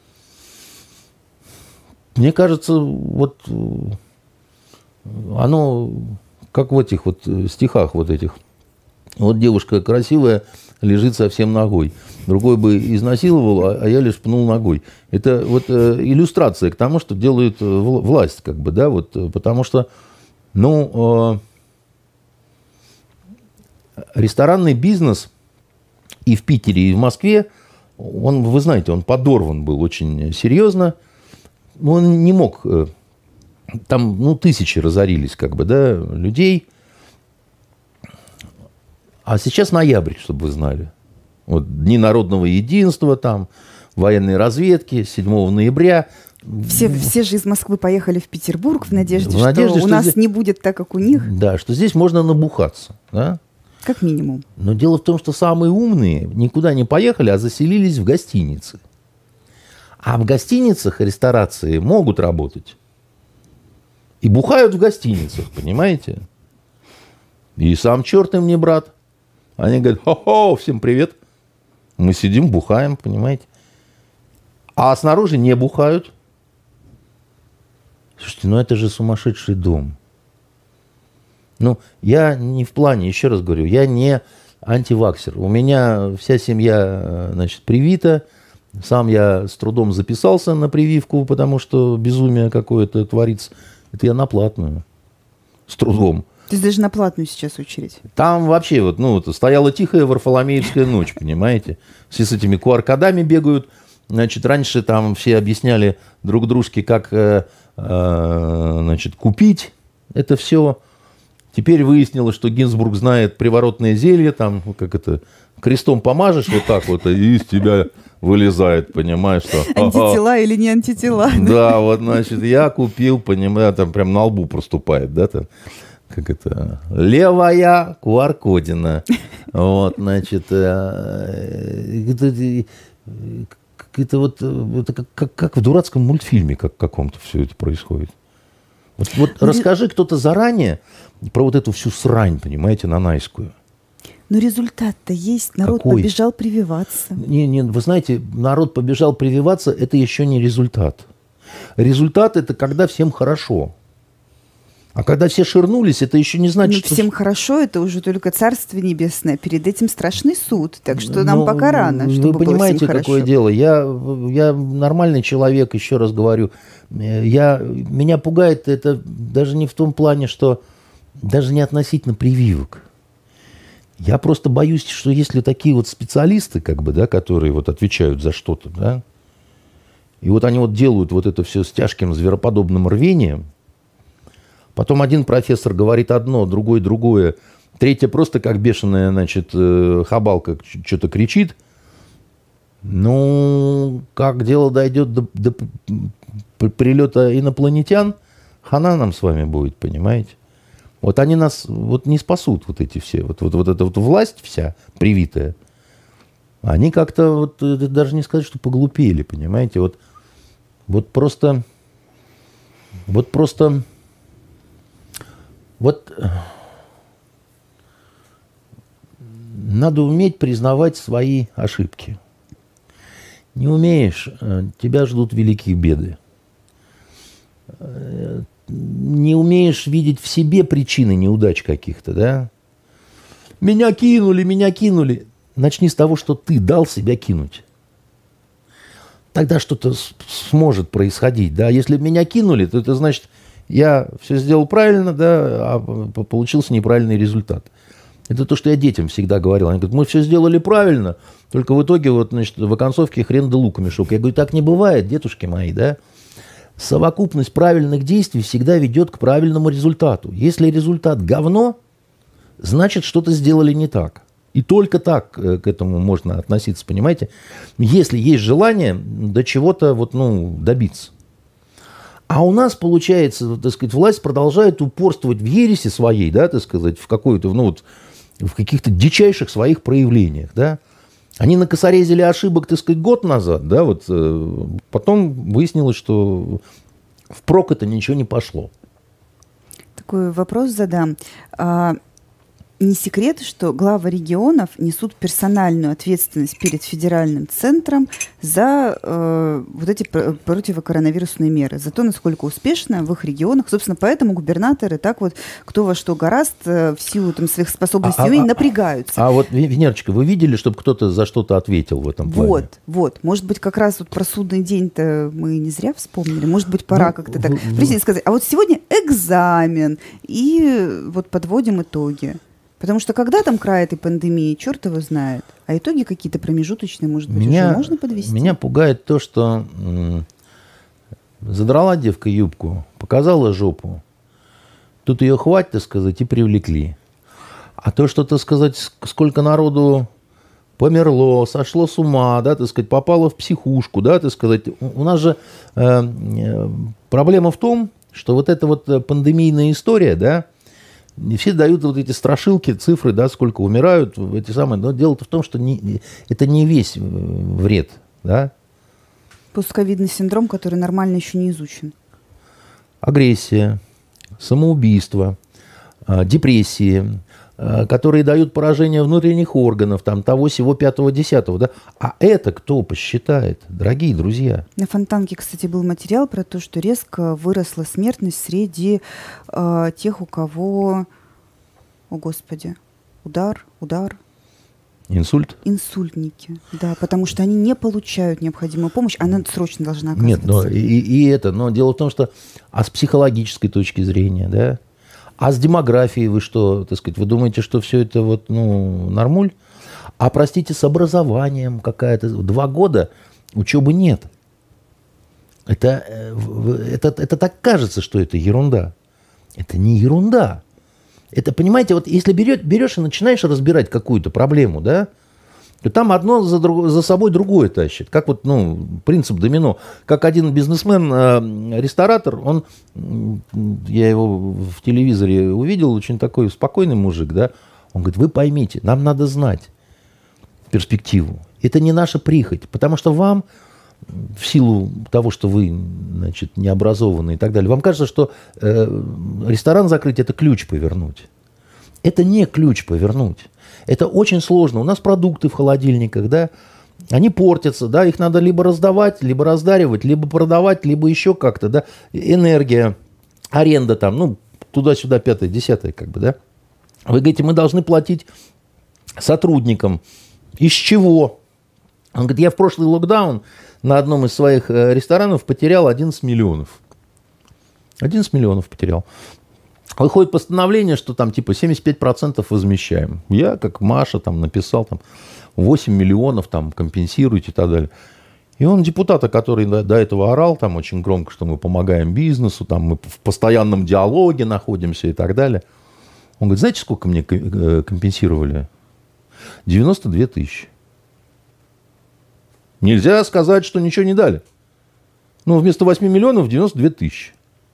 Мне кажется, вот оно, как в этих вот стихах вот этих. Вот девушка красивая лежит совсем ногой. Другой бы изнасиловал, а, а я лишь пнул ногой. Это вот э, иллюстрация к тому, что делает э, власть, как бы, да, вот, э, потому что, ну, э, ресторанный бизнес и в Питере, и в Москве, он, вы знаете, он подорван был очень серьезно. Он не мог... Э, там, ну, тысячи разорились, как бы, да, людей. А сейчас ноябрь, чтобы вы знали. Вот Дни народного единства, там, военной разведки, седьмого ноября. Все, все же из Москвы поехали в Петербург в надежде, в надежде что, что у нас здесь... не будет так, как у них. Да, что здесь можно набухаться, да? Как минимум. Но дело в том, что самые умные никуда не поехали, а заселились в гостиницы. А в гостиницах ресторации могут работать. И бухают в гостиницах, понимаете? И сам черт им не брат. Они говорят: хо-хо, всем привет. Мы сидим, бухаем, понимаете? А снаружи не бухают. Слушайте, ну это же сумасшедший дом. Ну, я не в плане, еще раз говорю, я не антиваксер. У меня вся семья, значит, привита. Сам я с трудом записался на прививку, потому что безумие какое-то творится. Это я на платную. С трудом. То есть даже на платную сейчас очередь? Там вообще вот, ну, вот, стояла тихая Варфоломеевская ночь, понимаете? Все с этими ку ар-кодами бегают. Значит, раньше там все объясняли друг дружке, как, э, э, значит, купить это все. Теперь выяснилось, что Гинзбург знает приворотное зелье, там, как это, крестом помажешь вот так вот, и из тебя вылезает, понимаешь, что... Антитела или не антитела. Да, вот, значит, я купил, понимаю, там прям на лбу проступает, да, там, как это, левая ку ар-кодина. Вот, значит, это, это вот, это как, как, как в дурацком мультфильме как каком-то все это происходит. Вот, вот расскажи кто-то заранее про вот эту всю срань, понимаете, нанайскую. Но результат-то есть. Народ Какой? Побежал прививаться. Не, не, вы знаете, народ побежал прививаться, это еще не результат. Результат – это когда всем хорошо. А когда все ширнулись, это еще не значит, Но что... всем хорошо, это уже только Царствие Небесное. Перед этим страшный суд. Так что нам ну, пока рано, чтобы вы понимаете, было всем какое хорошо. дело. Я, я нормальный человек, еще раз говорю. Я, меня пугает это даже не в том плане, что... Даже не относительно прививок. Я просто боюсь, что если такие вот специалисты, как бы, да, которые вот отвечают за что-то, да, и вот они вот делают вот это все с тяжким звероподобным рвением, потом один профессор говорит одно, другой другое, третья просто как бешеная, значит, хабалка что-то кричит. Ну, как дело дойдет до, до прилета инопланетян, хана нам с вами будет, понимаете? Вот они нас вот не спасут, вот эти все, вот, вот, вот эта вот власть вся привитая, они как-то, вот, даже не сказать, что поглупели, понимаете, вот, вот просто, вот просто, вот надо уметь признавать свои ошибки. Не умеешь, тебя ждут великие беды. Не умеешь видеть в себе причины неудач каких-то, да? Меня кинули, меня кинули. Начни с того, что ты дал себя кинуть. Тогда что-то сможет происходить, да? Если меня кинули, то это значит, я все сделал правильно, да, а получился неправильный результат. Это то, что я детям всегда говорил. Они говорят: мы все сделали правильно, только в итоге вот, значит, в оконцовке хрен да лука мешок. Я говорю: так не бывает, дедушки мои, да? Совокупность правильных действий всегда ведет к правильному результату. Если результат говно, значит, что-то сделали не так. И только так к этому можно относиться, понимаете? Если есть желание до чего-то вот, ну, добиться. А у нас, получается, так сказать, власть продолжает упорствовать в ересе своей, да, так сказать, в какой-то, ну, вот, в каких-то дичайших своих проявлениях, да. Они накосорезили ошибок, так сказать, год назад, да, вот, э, потом выяснилось, что впрок это ничего не пошло. Такой вопрос задам. А, не секрет, что главы регионов несут персональную ответственность перед федеральным центром за э, вот эти противокоронавирусные меры, за то, насколько успешно в их регионах. Собственно, поэтому губернаторы так вот, кто во что гораст, э, в силу там, своих способностей, а, а, напрягаются. А вот, Венерочка, вы видели, чтобы кто-то за что-то ответил в этом плане? Вот, вот. Может быть, как раз вот про судный день-то мы не зря вспомнили. Может быть, пора ну, как-то так в, прийти и сказать, а вот сегодня экзамен, и вот подводим итоги. Потому что когда там край этой пандемии, черт его знает. А итоги какие-то промежуточные, может быть, меня, уже можно подвести? Меня пугает то, что м- задрала девка юбку, показала жопу. Тут ее хватит, так сказать, и привлекли. А то, что, так сказать, сколько народу померло, сошло с ума, да, так сказать, попало в психушку, да, так сказать. У нас же э, э, проблема в том, что вот эта вот пандемийная история, да, не все дают вот эти страшилки, цифры, да, сколько умирают, эти самые. Но дело-то в том, что не, это не весь вред, да. Постковидный синдром, который нормально еще не изучен. Агрессия, самоубийство, депрессии, которые дают поражение внутренних органов, там, того, сего, пятого, десятого, да. А это кто посчитает, дорогие друзья? На Фонтанке, кстати, был материал про то, что резко выросла смертность среди э, тех, у кого, о господи, удар, удар. Инсульт? Инсультники, да, потому что они не получают необходимую помощь, она срочно должна оказываться. Нет, но и, и это, но дело в том, что, а с психологической точки зрения, да, а с демографией вы что, так сказать, вы думаете, что все это вот, ну, нормуль? А, простите, с образованием какая-то, два года учебы нет. Это, это, это так кажется, что это ерунда. Это не ерунда. Это, понимаете, вот если берешь, берешь и начинаешь разбирать какую-то проблему, да, то там одно за, друг, за собой другое тащит. Как вот, ну, принцип домино. Как один бизнесмен, э, ресторатор, он, я его в телевизоре увидел, очень такой спокойный мужик, да, он говорит, вы поймите, нам надо знать перспективу. Это не наша прихоть, потому что вам, в силу того, что вы, значит, необразованные и так далее, вам кажется, что э, ресторан закрыть – это ключ повернуть. Это не ключ повернуть. Это очень сложно. У нас продукты в холодильниках, да, они портятся, да, их надо либо раздавать, либо раздаривать, либо продавать, либо еще как-то, да, энергия, аренда там, ну, туда-сюда, пятое, десятое, как бы, да. Вы говорите, мы должны платить сотрудникам. Из чего? Он говорит, я в прошлый локдаун на одном из своих ресторанов потерял одиннадцать миллионов. одиннадцать миллионов потерял. Выходит постановление, что там типа семьдесят пять процентов возмещаем. Я, как Маша, там написал там восемь миллионов там компенсируйте и так далее. И он депутата, который до, до этого орал там очень громко, что мы помогаем бизнесу, там мы в постоянном диалоге находимся и так далее. Он говорит, знаете, сколько мне компенсировали? девяносто две тысячи. Нельзя сказать, что ничего не дали. Ну, вместо восьми миллионов девяносто две тысячи.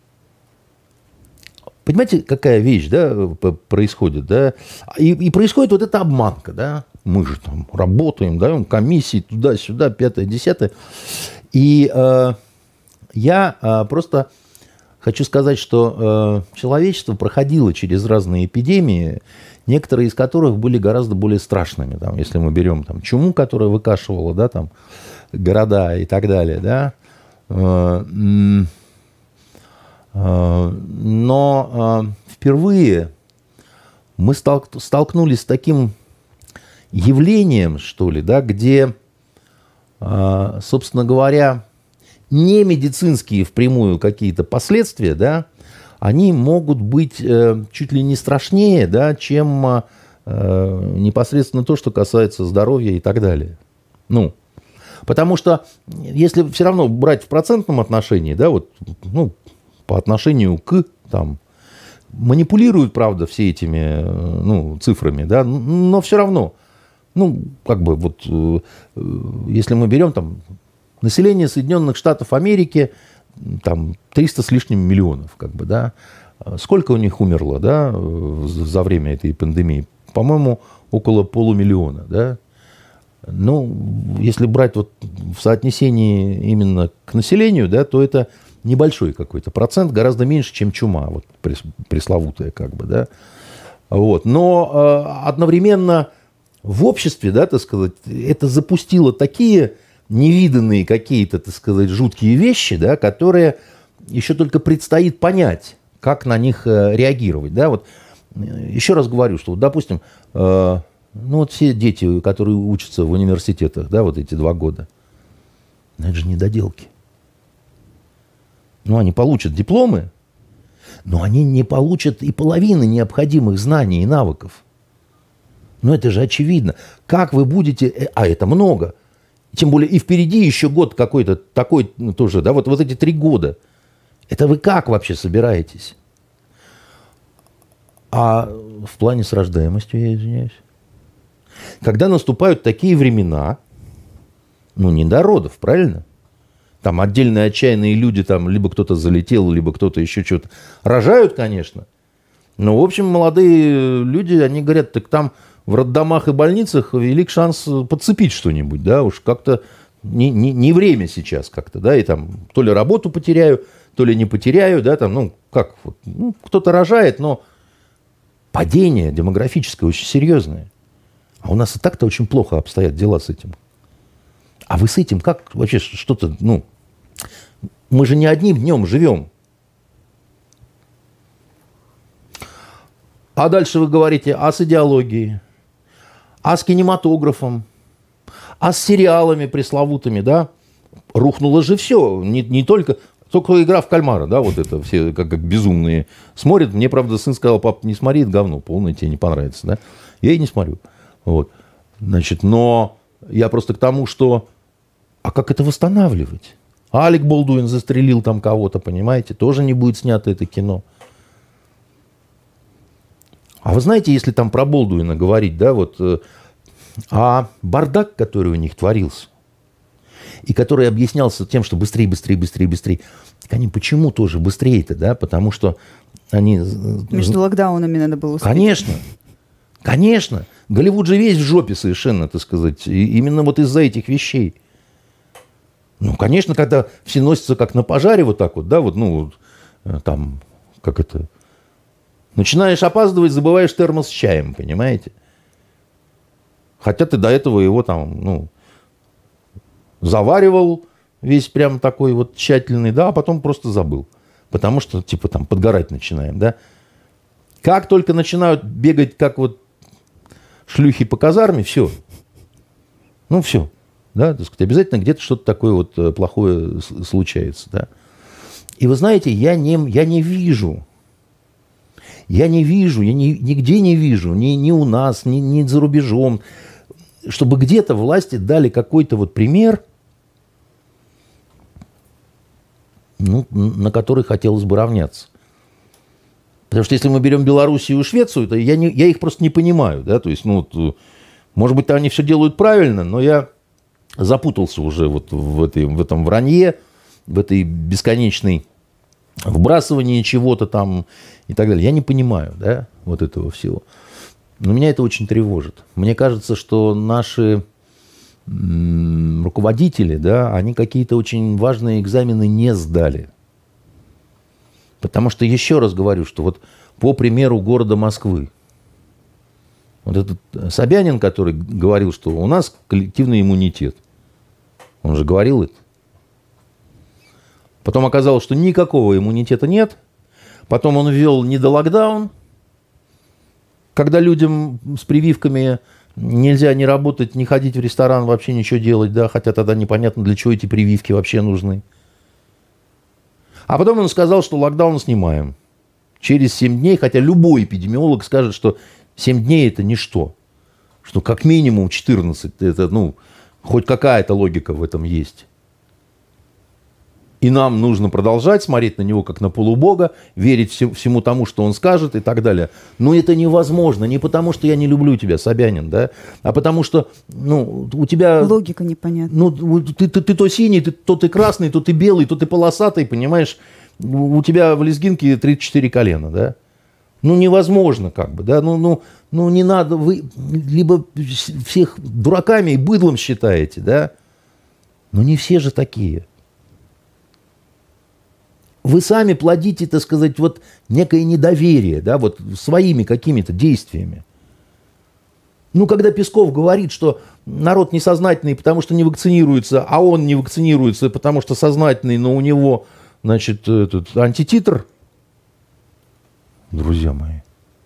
Понимаете, какая вещь, да, происходит, да? И, и происходит вот эта обманка, да? Мы же там работаем, даем комиссии туда-сюда, пятое, десятое. И э, я э, просто хочу сказать, что э, человечество проходило через разные эпидемии, некоторые из которых были гораздо более страшными. Там, если мы берем там, чуму, которая выкашивала, да, там, города и так далее, да. Э, Но э, впервые мы столк- столкнулись с таким явлением, что ли, да, где, э, собственно говоря, не медицинские впрямую какие-то последствия, да, они могут быть э, чуть ли не страшнее, да, чем э, непосредственно то, что касается здоровья и так далее. Ну, потому что если все равно брать в процентном отношении, да, вот, ну, по отношению к, там, манипулируют, правда, все этими, ну, цифрами, да, но все равно, ну, как бы, вот, если мы берем, там, население Соединенных Штатов Америки, там, триста с лишним миллионов, как бы, да, сколько у них умерло, да, за время этой пандемии? По-моему, около полумиллиона, да. Ну, если брать вот в соотнесении именно к населению, да, то это небольшой какой-то процент, гораздо меньше, чем чума, вот пресловутая, как бы, да. Вот. Но э, одновременно в обществе, да, так сказать, это запустило такие невиданные какие-то, так сказать, жуткие вещи, да, которые еще только предстоит понять, как на них э, реагировать. Да? Вот, еще раз говорю, что, вот, допустим, э, ну, вот все дети, которые учатся в университетах, да, вот эти два года, ну, это же недоделки. Ну, они получат дипломы, но они не получат и половины необходимых знаний и навыков. Ну, это же очевидно. Как вы будете... А это много. Тем более и впереди еще год какой-то такой, ну, тоже, да, вот, вот эти три года. Это вы как вообще собираетесь? А в плане с рождаемостью, я извиняюсь. Когда наступают такие времена, ну, не до родов, правильно? Там отдельные отчаянные люди, там либо кто-то залетел, либо кто-то еще что-то. Рожают, конечно. Но, в общем, молодые люди, они говорят, так там в роддомах и больницах велик шанс подцепить что-нибудь, да, уж как-то не, не, не время сейчас как-то, да, и там то ли работу потеряю, то ли не потеряю, да, там, ну, как, вот, ну, кто-то рожает, но падение демографическое очень серьезное. А у нас и так-то очень плохо обстоят дела с этим. А вы с этим как вообще что-то, ну, мы же не одним днем живем. А дальше вы говорите, а с идеологией, а с кинематографом, а с сериалами пресловутыми, да? Рухнуло же все, не, не только... Только игра в кальмара, да, вот это все как, как безумные смотрят. Мне, правда, сын сказал, пап, не смотри, это говно полное, тебе не понравится, да? Я и не смотрю. Вот. Значит, но я просто к тому, что... А как это восстанавливать? Алек Болдуин застрелил там кого-то, понимаете? Тоже не будет снято это кино. А вы знаете, если там про Болдуина говорить, да, вот... А бардак, который у них творился, и который объяснялся тем, что быстрее, быстрее, быстрее, быстрее. Так они почему тоже быстрее-то, да? Потому что они... Между локдаунами надо было успеть. Конечно, конечно. Голливуд же весь в жопе совершенно, так сказать. И именно вот из-за этих вещей. Ну, конечно, когда все носятся как на пожаре вот так вот, да, вот, ну, там, как это... Начинаешь опаздывать, забываешь термос с чаем, понимаете? Хотя ты до этого его там, ну... заваривал весь прям такой вот тщательный, да, а потом просто забыл. Потому что, типа, там, подгорать начинаем, да. Как только начинают бегать, как вот шлюхи по казарме, все. Ну, все. Да, так сказать, обязательно где-то что-то такое вот плохое случается, да. И вы знаете, я не, я не вижу, я не вижу, я ни, нигде не вижу, ни, ни у нас, ни, ни за рубежом, чтобы где-то власти дали какой-то вот пример, ну, на который хотелось бы равняться. Потому что если мы берем Белоруссию и Швецию, то я, не, я их просто не понимаю. Да? То есть, ну, вот, может быть, они все делают правильно, но я запутался уже вот в, этой, в этом вранье, в этой бесконечной вбрасывании чего-то там и так далее. Я не понимаю, да, вот этого всего. Но меня это очень тревожит. Мне кажется, что наши м- руководители, да, они какие-то очень важные экзамены не сдали. Потому что, еще раз говорю, что вот по примеру города Москвы, вот этот Собянин, который говорил, что у нас коллективный иммунитет, он же говорил это. Потом оказалось, что никакого иммунитета нет. Потом он ввел недолокдаун, когда людям с прививками нельзя ни работать, ни ходить в ресторан, вообще ничего делать, да, хотя тогда непонятно, для чего эти прививки вообще нужны. А потом он сказал, что локдаун снимаем через семь дней, хотя любой эпидемиолог скажет, что семь дней это ничто, что как минимум четырнадцать, это, ну, хоть какая-то логика в этом есть. И нам нужно продолжать смотреть на него как на полубога, верить всему тому, что он скажет и так далее. Но это невозможно. Не потому, что я не люблю тебя, Собянин, да, а потому что, ну, у тебя... Логика непонятна. Ну, ты, ты, ты то синий, ты, то ты красный, то ты белый, то ты полосатый, понимаешь? У тебя в лезгинке тридцать четыре колена, да? Ну, невозможно как бы, да? Ну, ну, ну не надо, вы либо всех дураками и быдлом считаете, да? Но не все же такие. вы сами плодите, так сказать, вот некое недоверие, да, вот своими какими-то действиями. Ну, когда Песков говорит, что народ несознательный, потому что не вакцинируется, а он не вакцинируется, потому что сознательный, но у него, значит, этот антититр, друзья мои,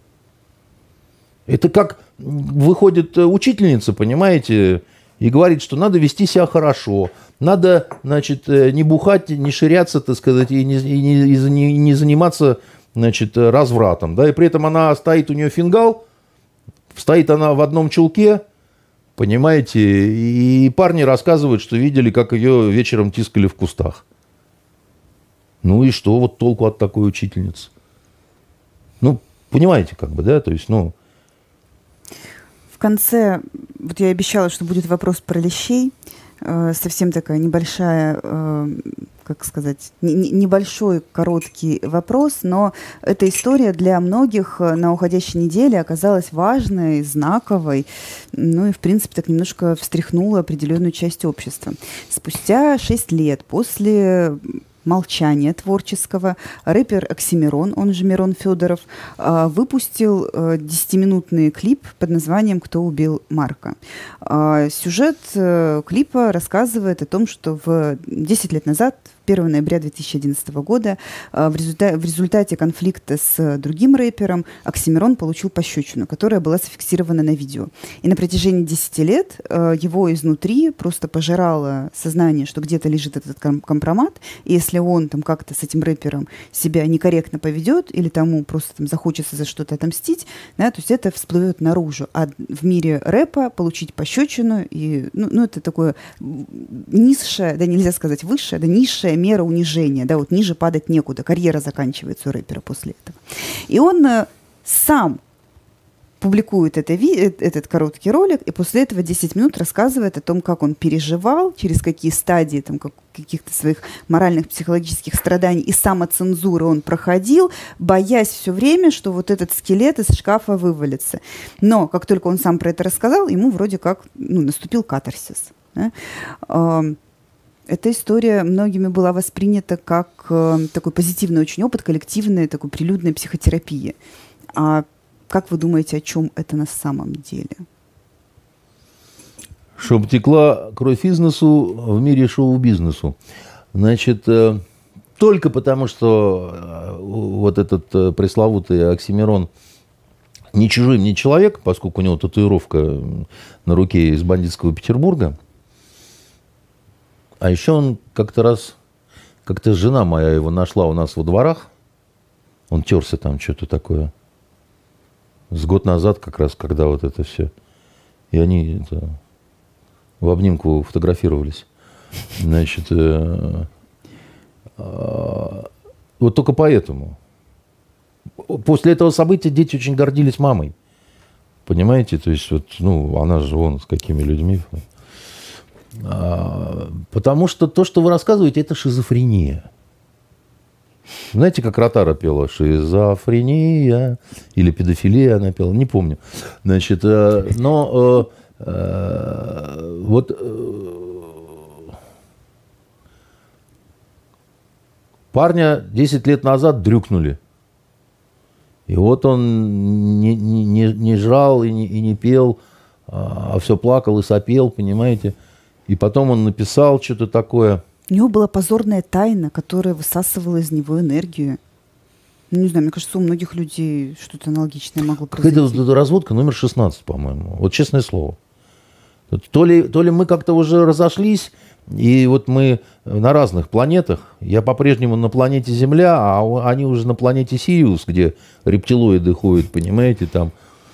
это как выходит учительница, понимаете, и говорит, что надо вести себя хорошо, надо, значит, не бухать, не ширяться, так сказать, и не, и не, и не, не заниматься, значит, развратом, да, и при этом она стоит, у нее фингал, стоит она в одном чулке, понимаете, и парни рассказывают, что видели, как ее вечером тискали в кустах. Ну и что вот толку от такой учительницы? Ну, понимаете, как бы, да, то есть, ну... В конце, вот я обещала, что будет вопрос про лещей, э, совсем такая небольшая, э, как сказать, не, не, небольшой короткий вопрос, но эта история для многих на уходящей неделе оказалась важной, знаковой, ну и, в принципе, так немножко встряхнула определенную часть общества. Спустя шесть лет после молчания творческого рэпер Оксимирон, он же Мирон Федоров, выпустил десятиминутный клип под названием «Кто убил Марка». Сюжет клипа рассказывает о том, что в десять лет назад, первого ноября две тысячи одиннадцатого года, в результате, в результате конфликта с другим рэпером Оксимирон получил пощечину, которая была зафиксирована на видео. И на протяжении десяти лет его изнутри просто пожирало сознание, что где-то лежит этот компромат, и если он там как-то с этим рэпером себя некорректно поведет или тому просто там захочется за что-то отомстить, да, то есть это всплывет наружу. А в мире рэпа получить пощечину, и, ну, ну это такое низшее, да нельзя сказать высшее, да низшее мера унижения, да, вот ниже падать некуда, карьера заканчивается у рэпера после этого. И он э, сам публикует это, этот короткий ролик, и после этого десять минут рассказывает о том, как он переживал, через какие стадии там, как, каких-то своих моральных, психологических страданий и самоцензуры он проходил, боясь все время, что вот этот скелет из шкафа вывалится. Но как только он сам про это рассказал, ему вроде как ну, наступил катарсис. Да? Эта история многими была воспринята как э, такой позитивный очень опыт коллективной, такой прилюдной психотерапии. А как вы думаете, о чем это на самом деле? Чтобы текла кровь из носу в мире шоу-бизнесу. Значит, э, только потому, что э, вот этот э, пресловутый Оксимирон не чужой мне человек, поскольку у него татуировка на руке из бандитского Петербурга. А еще он как-то раз, как-то жена моя его нашла у нас во дворах. Он терся там что-то такое. С год назад как раз, когда вот это все. И они это, в обнимку фотографировались. Значит, э, э, вот только поэтому. После этого события дети очень гордились мамой. Понимаете? То есть, вот, ну, она же вон с какими людьми. Потому что то, что вы рассказываете, это шизофрения. Знаете, как Ротара пела? Шизофрения или педофилия она пела, не помню. Значит, но вот парня десять лет назад дрюкнули. И вот он не, не, не жрал и не, и не пел, а все плакал и сопел, понимаете. И потом он написал что-то такое. У него была позорная тайна, которая высасывала из него энергию. Ну, не знаю, мне кажется, у многих людей что-то аналогичное могло произойти. Какая-то разводка номер шестнадцать, по-моему. Вот честное слово. То ли, то ли мы как-то уже разошлись, и вот мы на разных планетах. Я по-прежнему на планете Земля, а они уже на планете Сириус, где рептилоиды ходят, понимаете, там.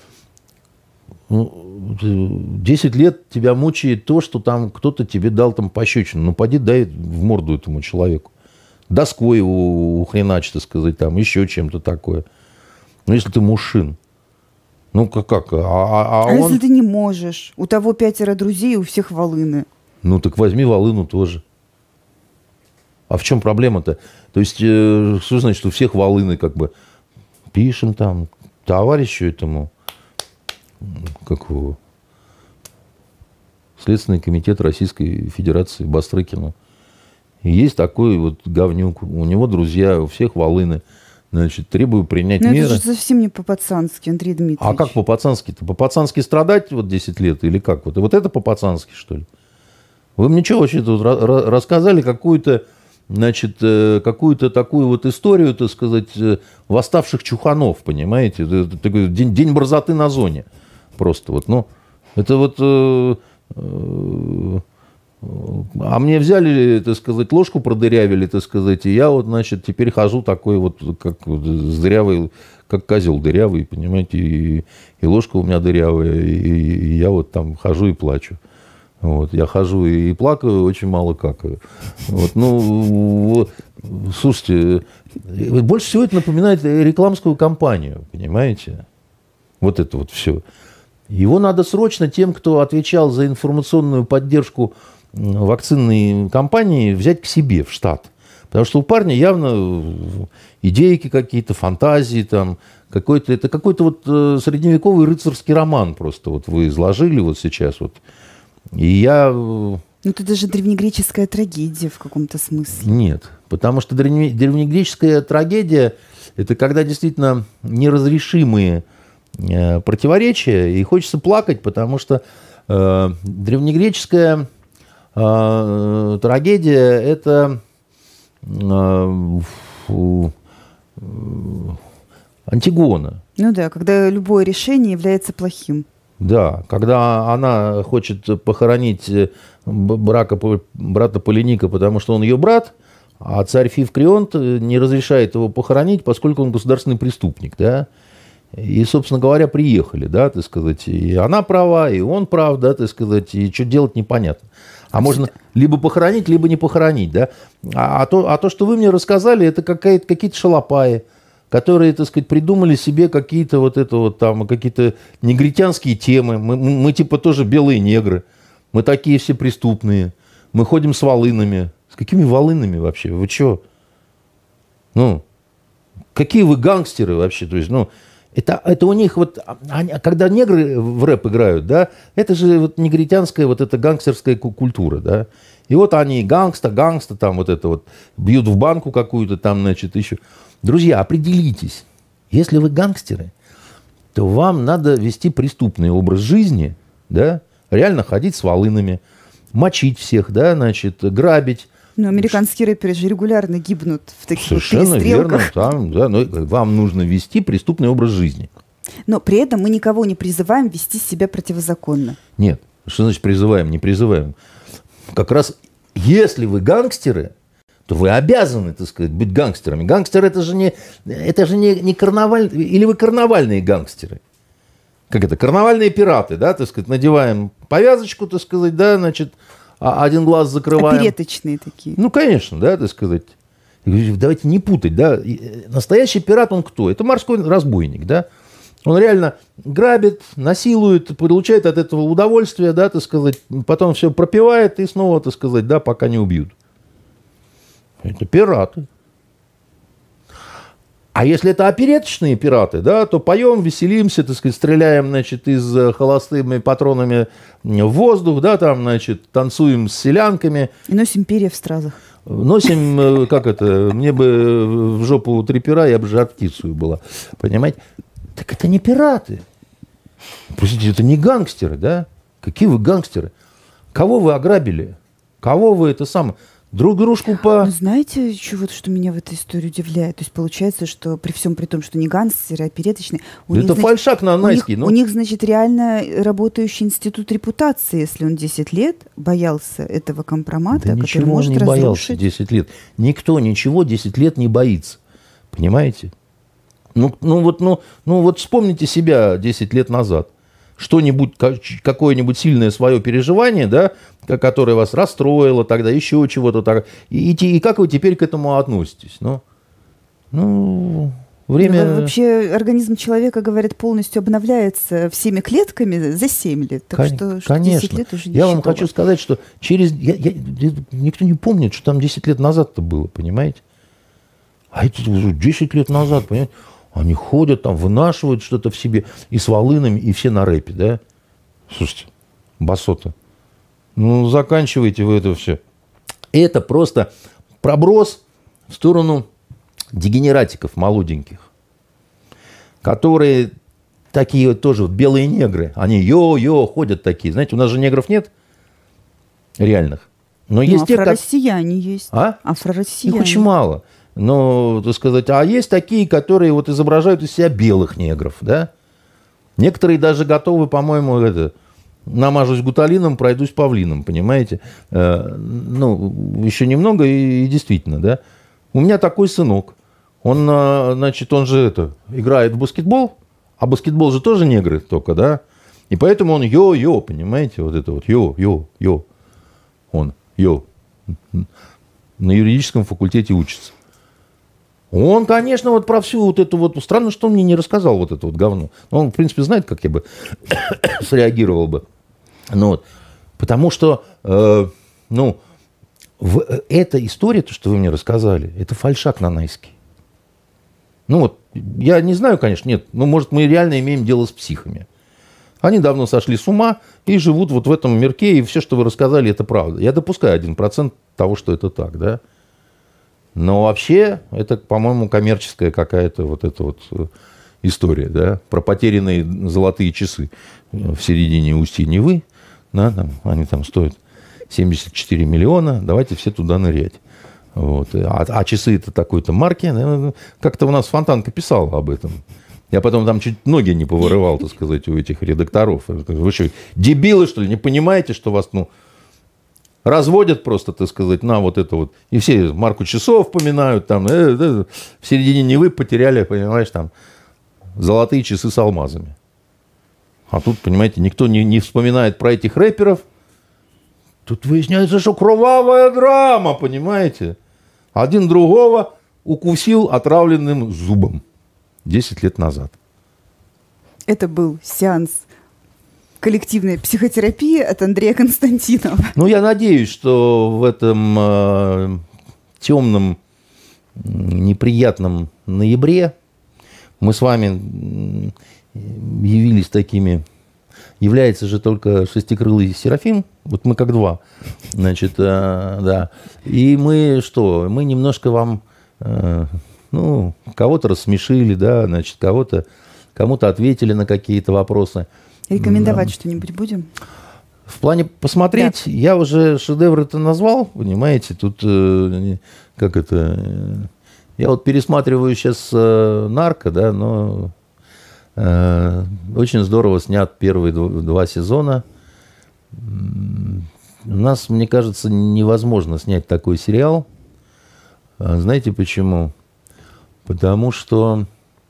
десять лет тебя мучает то, что там кто-то тебе дал там пощечину. Ну, поди дай в морду этому человеку. Доской его ухреначь, так сказать, там, еще чем-то такое. Ну, если ты мужчин. Ну, как? как? А, а, а, а он... если ты не можешь? У того пятеро друзей, у всех волыны. Ну, так возьми волыну тоже. А в чем проблема-то? То есть, э, что значит, что у всех волыны, как бы, пишем там товарищу этому, как его, Следственный комитет Российской Федерации Бастрыкину. Есть такой вот говнюк, у него друзья, у всех волыны. Значит, требую принять Но меры. это же совсем не по-пацански, Андрей Дмитриевич. А как по-пацански-то? По-пацански страдать вот десять лет или как? Вот, и вот это по-пацански, что ли? Вы мне что вообще тут рассказали какую-то, значит, какую-то такую вот историю, так сказать, восставших чуханов, понимаете? Это такой день, день борзоты на зоне. Просто вот, ну, это вот... Э, э, а мне взяли, так сказать, ложку продырявили, так сказать, и я вот, значит, теперь хожу такой вот, как вот, дырявый, как козел дырявый, понимаете, и, и ложка у меня дырявая, и, и я вот там хожу и плачу. Вот, я хожу и плакаю, очень мало какаю. Вот, ну, слушайте, больше всего это напоминает рекламскую кампанию, понимаете? Вот это вот все. Его надо срочно тем, кто отвечал за информационную поддержку вакцинной кампании, взять к себе в штат. Потому что у парня явно идейки какие-то, фантазии там, какой-то, это какой-то вот средневековый рыцарский роман просто вот вы изложили вот сейчас вот. И я... Ну, это даже древнегреческая трагедия в каком-то смысле. Нет, потому что древне... древнегреческая трагедия – это когда действительно неразрешимые э, противоречия, и хочется плакать, потому что э, древнегреческая э, трагедия – это э, э, Антигона. Ну да, когда любое решение является плохим. Да, когда она хочет похоронить брака, брата Полиника, потому что он ее брат, а царь Фив Крионт не разрешает его похоронить, поскольку он государственный преступник, да. И, собственно говоря, приехали, да, так сказать, и она права, и он прав, да, так сказать, и что делать непонятно. А можно либо похоронить, либо не похоронить, да. А, а, то, а то, что вы мне рассказали, это какая-то, какие-то шалопаи, которые, так сказать, придумали себе какие-то вот это вот там, какие-то негритянские темы. Мы, мы, мы типа тоже белые негры. Мы такие все преступные. Мы ходим с волынами. С какими волынами вообще? Вы что? Ну, какие вы гангстеры вообще? То есть, ну, это, это у них вот, они, когда негры в рэп играют, да, это же вот негритянская вот эта гангстерская культура, да. И вот они гангста, гангста, там вот это вот, бьют в банку какую-то там, значит, еще... Друзья, определитесь, если вы гангстеры, то вам надо вести преступный образ жизни, да, реально ходить с волынами, мочить всех, да, значит, грабить. Но американские рэперы же регулярно гибнут в таких Совершенно перестрелках. верно, там, да, но вам нужно вести преступный образ жизни. Но при этом мы никого не призываем вести себя противозаконно. Нет, что значит призываем, не призываем? Как раз если вы гангстеры, то вы обязаны, так сказать, быть гангстерами. Гангстер это же не, это же не, не карнаваль... Или вы карнавальные гангстеры? Как это? Карнавальные пираты, да, так сказать, надеваем повязочку, так сказать, да, значит, один глаз закрываем. Опереточные такие. Ну, конечно, да, так сказать. Давайте не путать, да. Настоящий пират, он кто? Это морской разбойник, да. Он реально грабит, насилует, получает от этого удовольствие, да, так сказать, потом все пропивает и снова, так сказать, да, пока не убьют. Это пираты. А если это опереточные пираты, да, то поем, веселимся, так сказать, стреляем, значит, из холостыми патронами в воздух, да, там, значит, танцуем с селянками. И носим перья в стразах. Носим, как это, мне бы в жопу три пера, я бы жар птицу была, понимаете? Так это не пираты. Простите, это не гангстеры, да? Какие вы гангстеры? Кого вы ограбили? Кого вы это самое... Друг дружку по... Ну, знаете, что, вот, что меня в этой истории удивляет? То есть получается, что при всем при том, что не гангстеры, а опереточные... У это них, фальшак на анайский. У, ну... у них, значит, реально работающий институт репутации, если он десять лет боялся этого компромата, да который ничего может он не разрушить... боялся десять лет. Никто ничего десять лет не боится. Понимаете? Ну, ну, вот, ну, ну вот вспомните себя десять лет назад. Что-нибудь, какое-нибудь сильное свое переживание, да, которое вас расстроило тогда, еще чего-то так. И, и, и как вы теперь к этому относитесь? Ну, ну время... Ну, вообще организм человека, говорят, полностью обновляется всеми клетками за семь лет. Так Кон- что, что конечно. десять лет уже не Я вам считала. хочу сказать, что через... Я, я, никто не помнит, что там десять лет назад-то было, понимаете? А это уже десять лет назад, понимаете? Они ходят там, вынашивают что-то в себе и с волынами, и все на рэпе, да? Слушайте, басота. Ну, заканчивайте вы это все. Это просто проброс в сторону дегенератиков молоденьких, которые такие вот тоже вот белые негры. Они йо-йо ходят такие. Знаете, у нас же негров нет реальных. Но Ну, есть те, как... афророссияне есть. А? Афророссияне. Их очень мало. Но, так сказать, а есть такие, которые вот изображают из себя белых негров, да? Некоторые даже готовы, по-моему, это, намажусь гуталином, пройдусь павлином, понимаете? Э, ну, еще немного и, и действительно, да? У меня такой сынок. Он, значит, он же это, играет в баскетбол, а баскетбол же тоже негры только, да? И поэтому он йо-йо, понимаете? Вот это вот йо-йо-йо. Он йо. На юридическом факультете учится. Он, конечно, вот про всю вот эту вот... Странно, что он мне не рассказал вот это вот говно. Он, в принципе, знает, как я бы среагировал бы. Ну, вот. Потому что, э, ну, в, эта история, то, что вы мне рассказали, это фальшак нанайский. Ну, вот, я не знаю, конечно, нет. Но, может, мы реально имеем дело с психами. Они давно сошли с ума и живут вот в этом мирке, и все, что вы рассказали, это правда. Я допускаю один процент того, что это так, да. Но вообще это, по-моему, коммерческая какая-то вот эта вот история, да, про потерянные золотые часы в середине устья Невы, да, там, они там стоят семьдесят четыре миллиона, давайте все туда нырять. Вот. А, а часы это такой-то марки, да, как-то у нас Фонтанка писала об этом. Я потом там чуть ноги не повырывал, так сказать, у этих редакторов. Вы что, дебилы, что ли, не понимаете, что вас, ну, разводят просто, так сказать, на вот это вот. И все марку часов поминают, там, э, э, в середине Невы потеряли, понимаешь, там, золотые часы с алмазами. А тут, понимаете, никто не, не вспоминает про этих рэперов. Тут выясняется, что кровавая драма, понимаете. Один другого укусил отравленным зубом десять лет назад. Это был сеанс коллективной психотерапии от Андрея Константинова. Ну, я надеюсь, что в этом э, темном, неприятном ноябре мы с вами явились такими... Является же только шестикрылый Серафим. Вот мы как два. Значит, э, да. И мы что? Мы немножко вам... Э, ну, кого-то рассмешили, да, значит, кого-то... Кому-то ответили на какие-то вопросы. Рекомендовать да. что-нибудь будем? В плане посмотреть, да. Я уже шедевр это назвал, понимаете, тут э, как это... Э, я вот пересматриваю сейчас э, «Нарко», да, но э, очень здорово снят первые два сезона. У нас, мне кажется, невозможно снять такой сериал. Знаете почему? Потому что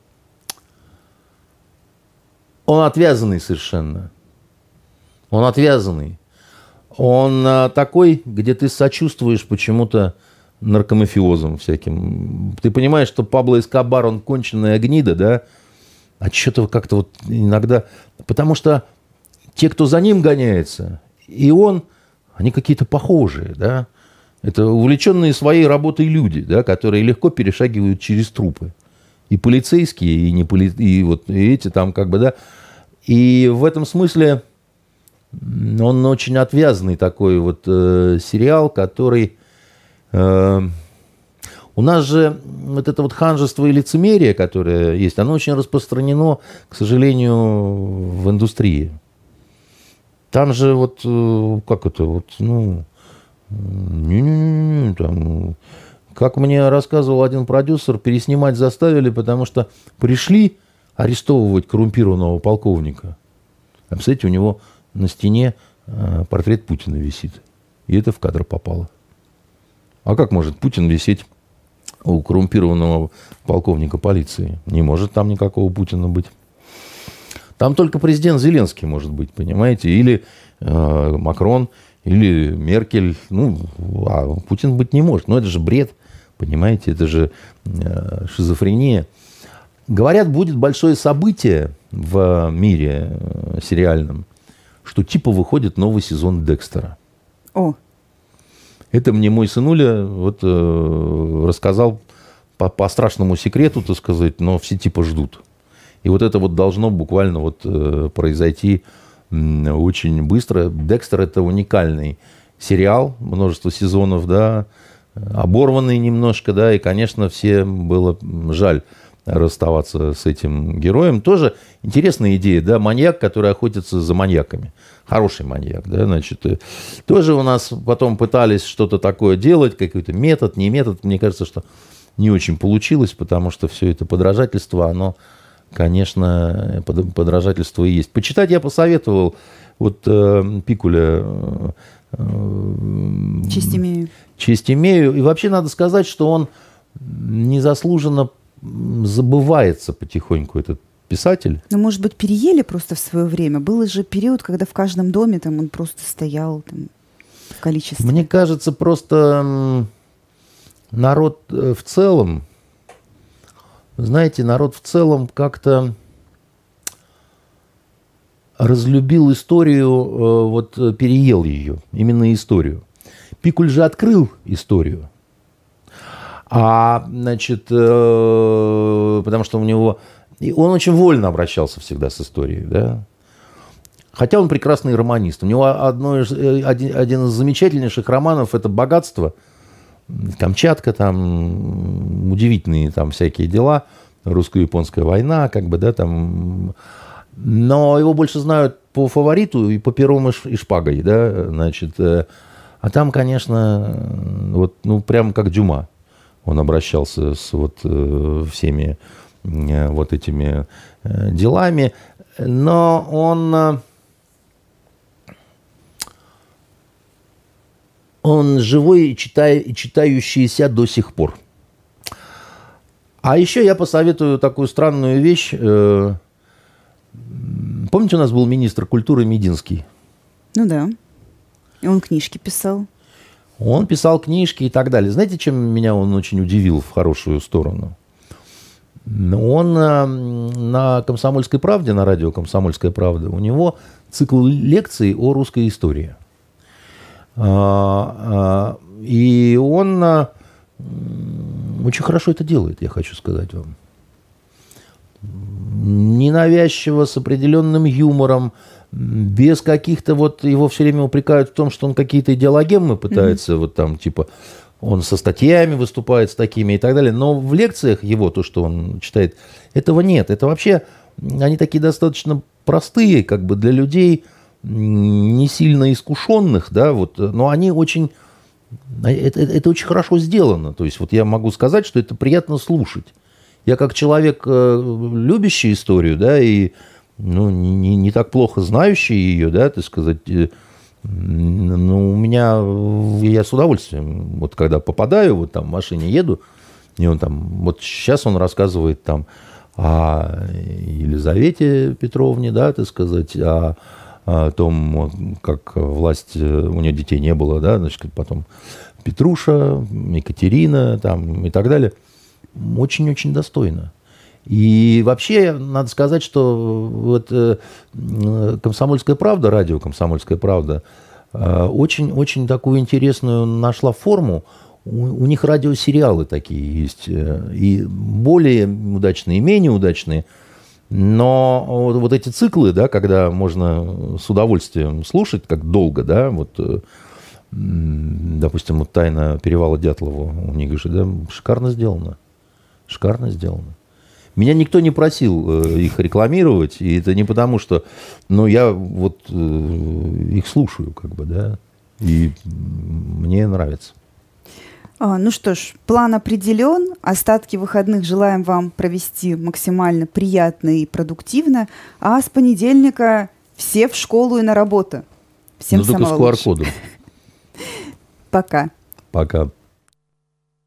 он отвязанный совершенно. Он отвязанный. Он а, такой, где ты сочувствуешь почему-то наркомафиозам всяким. Ты понимаешь, что Пабло Эскобар, он конченая гнида, да? А что-то как-то вот иногда... Потому что те, кто за ним гоняется, и он, они какие-то похожие, да? Это увлеченные своей работой люди, да, которые легко перешагивают через трупы. И полицейские, и не поли... и вот и эти там как бы, да. И в этом смысле он очень отвязанный такой вот э, сериал, который... Э, у нас же вот это вот ханжество и лицемерие, которое есть, оно очень распространено, к сожалению, в индустрии. Там же вот, э, как это, вот, ну... Не-не-не, там, как мне рассказывал один продюсер, переснимать заставили, потому что пришли арестовывать коррумпированного полковника. А, представляете, у него на стене э, портрет Путина висит. И это в кадр попало. А как может Путин висеть у коррумпированного полковника полиции? Не может там никакого Путина быть. Там только президент Зеленский может быть, понимаете? Или э, Макрон, или Меркель. Ну, а Путин быть не может. Но это же бред, понимаете? Это же э, шизофрения. Говорят, будет большое событие в мире э, сериальном, что типа выходит новый сезон Декстера. О. Это мне мой сынуля вот, э, рассказал по, по страшному секрету, так сказать, но все типа ждут. И вот это вот должно буквально вот, э, произойти э, очень быстро. Декстер — это уникальный сериал, множество сезонов, да, оборванный немножко, да, и, конечно, всем было жаль расставаться с этим героем. Тоже интересная идея, да, маньяк, который охотится за маньяками. Хороший маньяк, да, значит. Тоже у нас потом пытались что-то такое делать, какой-то метод, не метод. Мне кажется, что не очень получилось, потому что все это подражательство, оно, конечно, подражательство и есть. Почитать я посоветовал вот э, Пикуля э, «Честь имею». «Честь имею». И вообще надо сказать, что он незаслуженно забывается потихоньку, этот писатель. Ну, может быть, переели просто в свое время? Был же период, когда в каждом доме там он просто стоял там, в количестве. Мне кажется, просто народ в целом, знаете, народ в целом как-то разлюбил историю, вот переел ее, именно историю. Пикуль же открыл историю. А, значит, э, потому что у него... И он очень вольно обращался всегда с историей, да. Хотя он прекрасный романист. У него одно из, один, один из замечательнейших романов – это «Богатство». Камчатка, там удивительные там всякие дела. Русско-японская война, как бы, да, там... Но его больше знают по «Фавориту» и по «Пером и шпагой», да, значит. А там, конечно, вот, ну, прям как Дюма. Он обращался с вот э, всеми э, вот этими э, делами. Но он, э, он живой и, читай, и читающийся до сих пор. А еще я посоветую такую странную вещь. Э, помните, у нас был министр культуры Мединский? Ну да. И он книжки писал. Он писал книжки и так далее. Знаете, чем меня он очень удивил в хорошую сторону? Он на «Комсомольской правде», на радио «Комсомольская правда», у него цикл лекций о русской истории. И он очень хорошо это делает, я хочу сказать вам. Ненавязчиво, с определенным юмором, без каких-то вот... Его все время упрекают в том, что он какие-то идеологемы пытается, mm-hmm. вот там, типа, он со статьями выступает с такими и так далее. Но в лекциях его, то, что он читает, этого нет. Это вообще... Они такие достаточно простые, как бы, для людей не сильно искушенных, да, вот, но они очень... Это, это очень хорошо сделано. То есть вот я могу сказать, что это приятно слушать. Я как человек, любящий историю, да, и ну, не, не так плохо знающий ее, да, так сказать, ну, у меня, я с удовольствием, вот когда попадаю, вот там в машине еду, и он там, вот сейчас он рассказывает там о Елизавете Петровне, да, так сказать, о, о том, как власть, у нее детей не было, да, значит, потом Петруша, Екатерина, там, и так далее. Очень-очень достойно. И вообще, надо сказать, что вот «Комсомольская правда», радио «Комсомольская правда», очень-очень такую интересную нашла форму. У, у них радиосериалы такие есть. И более удачные, и менее удачные. Но вот, вот эти циклы, да, когда можно с удовольствием слушать, как долго, да, вот, допустим, вот «Тайна перевала Дятлова» у них же, да, шикарно сделано. Шикарно сделано. Меня никто не просил э, их рекламировать, и это не потому, что, ну, я вот э, их слушаю, как бы, да, и мне нравится. А, ну что ж, план определен. Остатки выходных желаем вам провести максимально приятно и продуктивно. А с понедельника все в школу и на работу. Всем ну, самого только с ку ар кодом. Пока. Пока.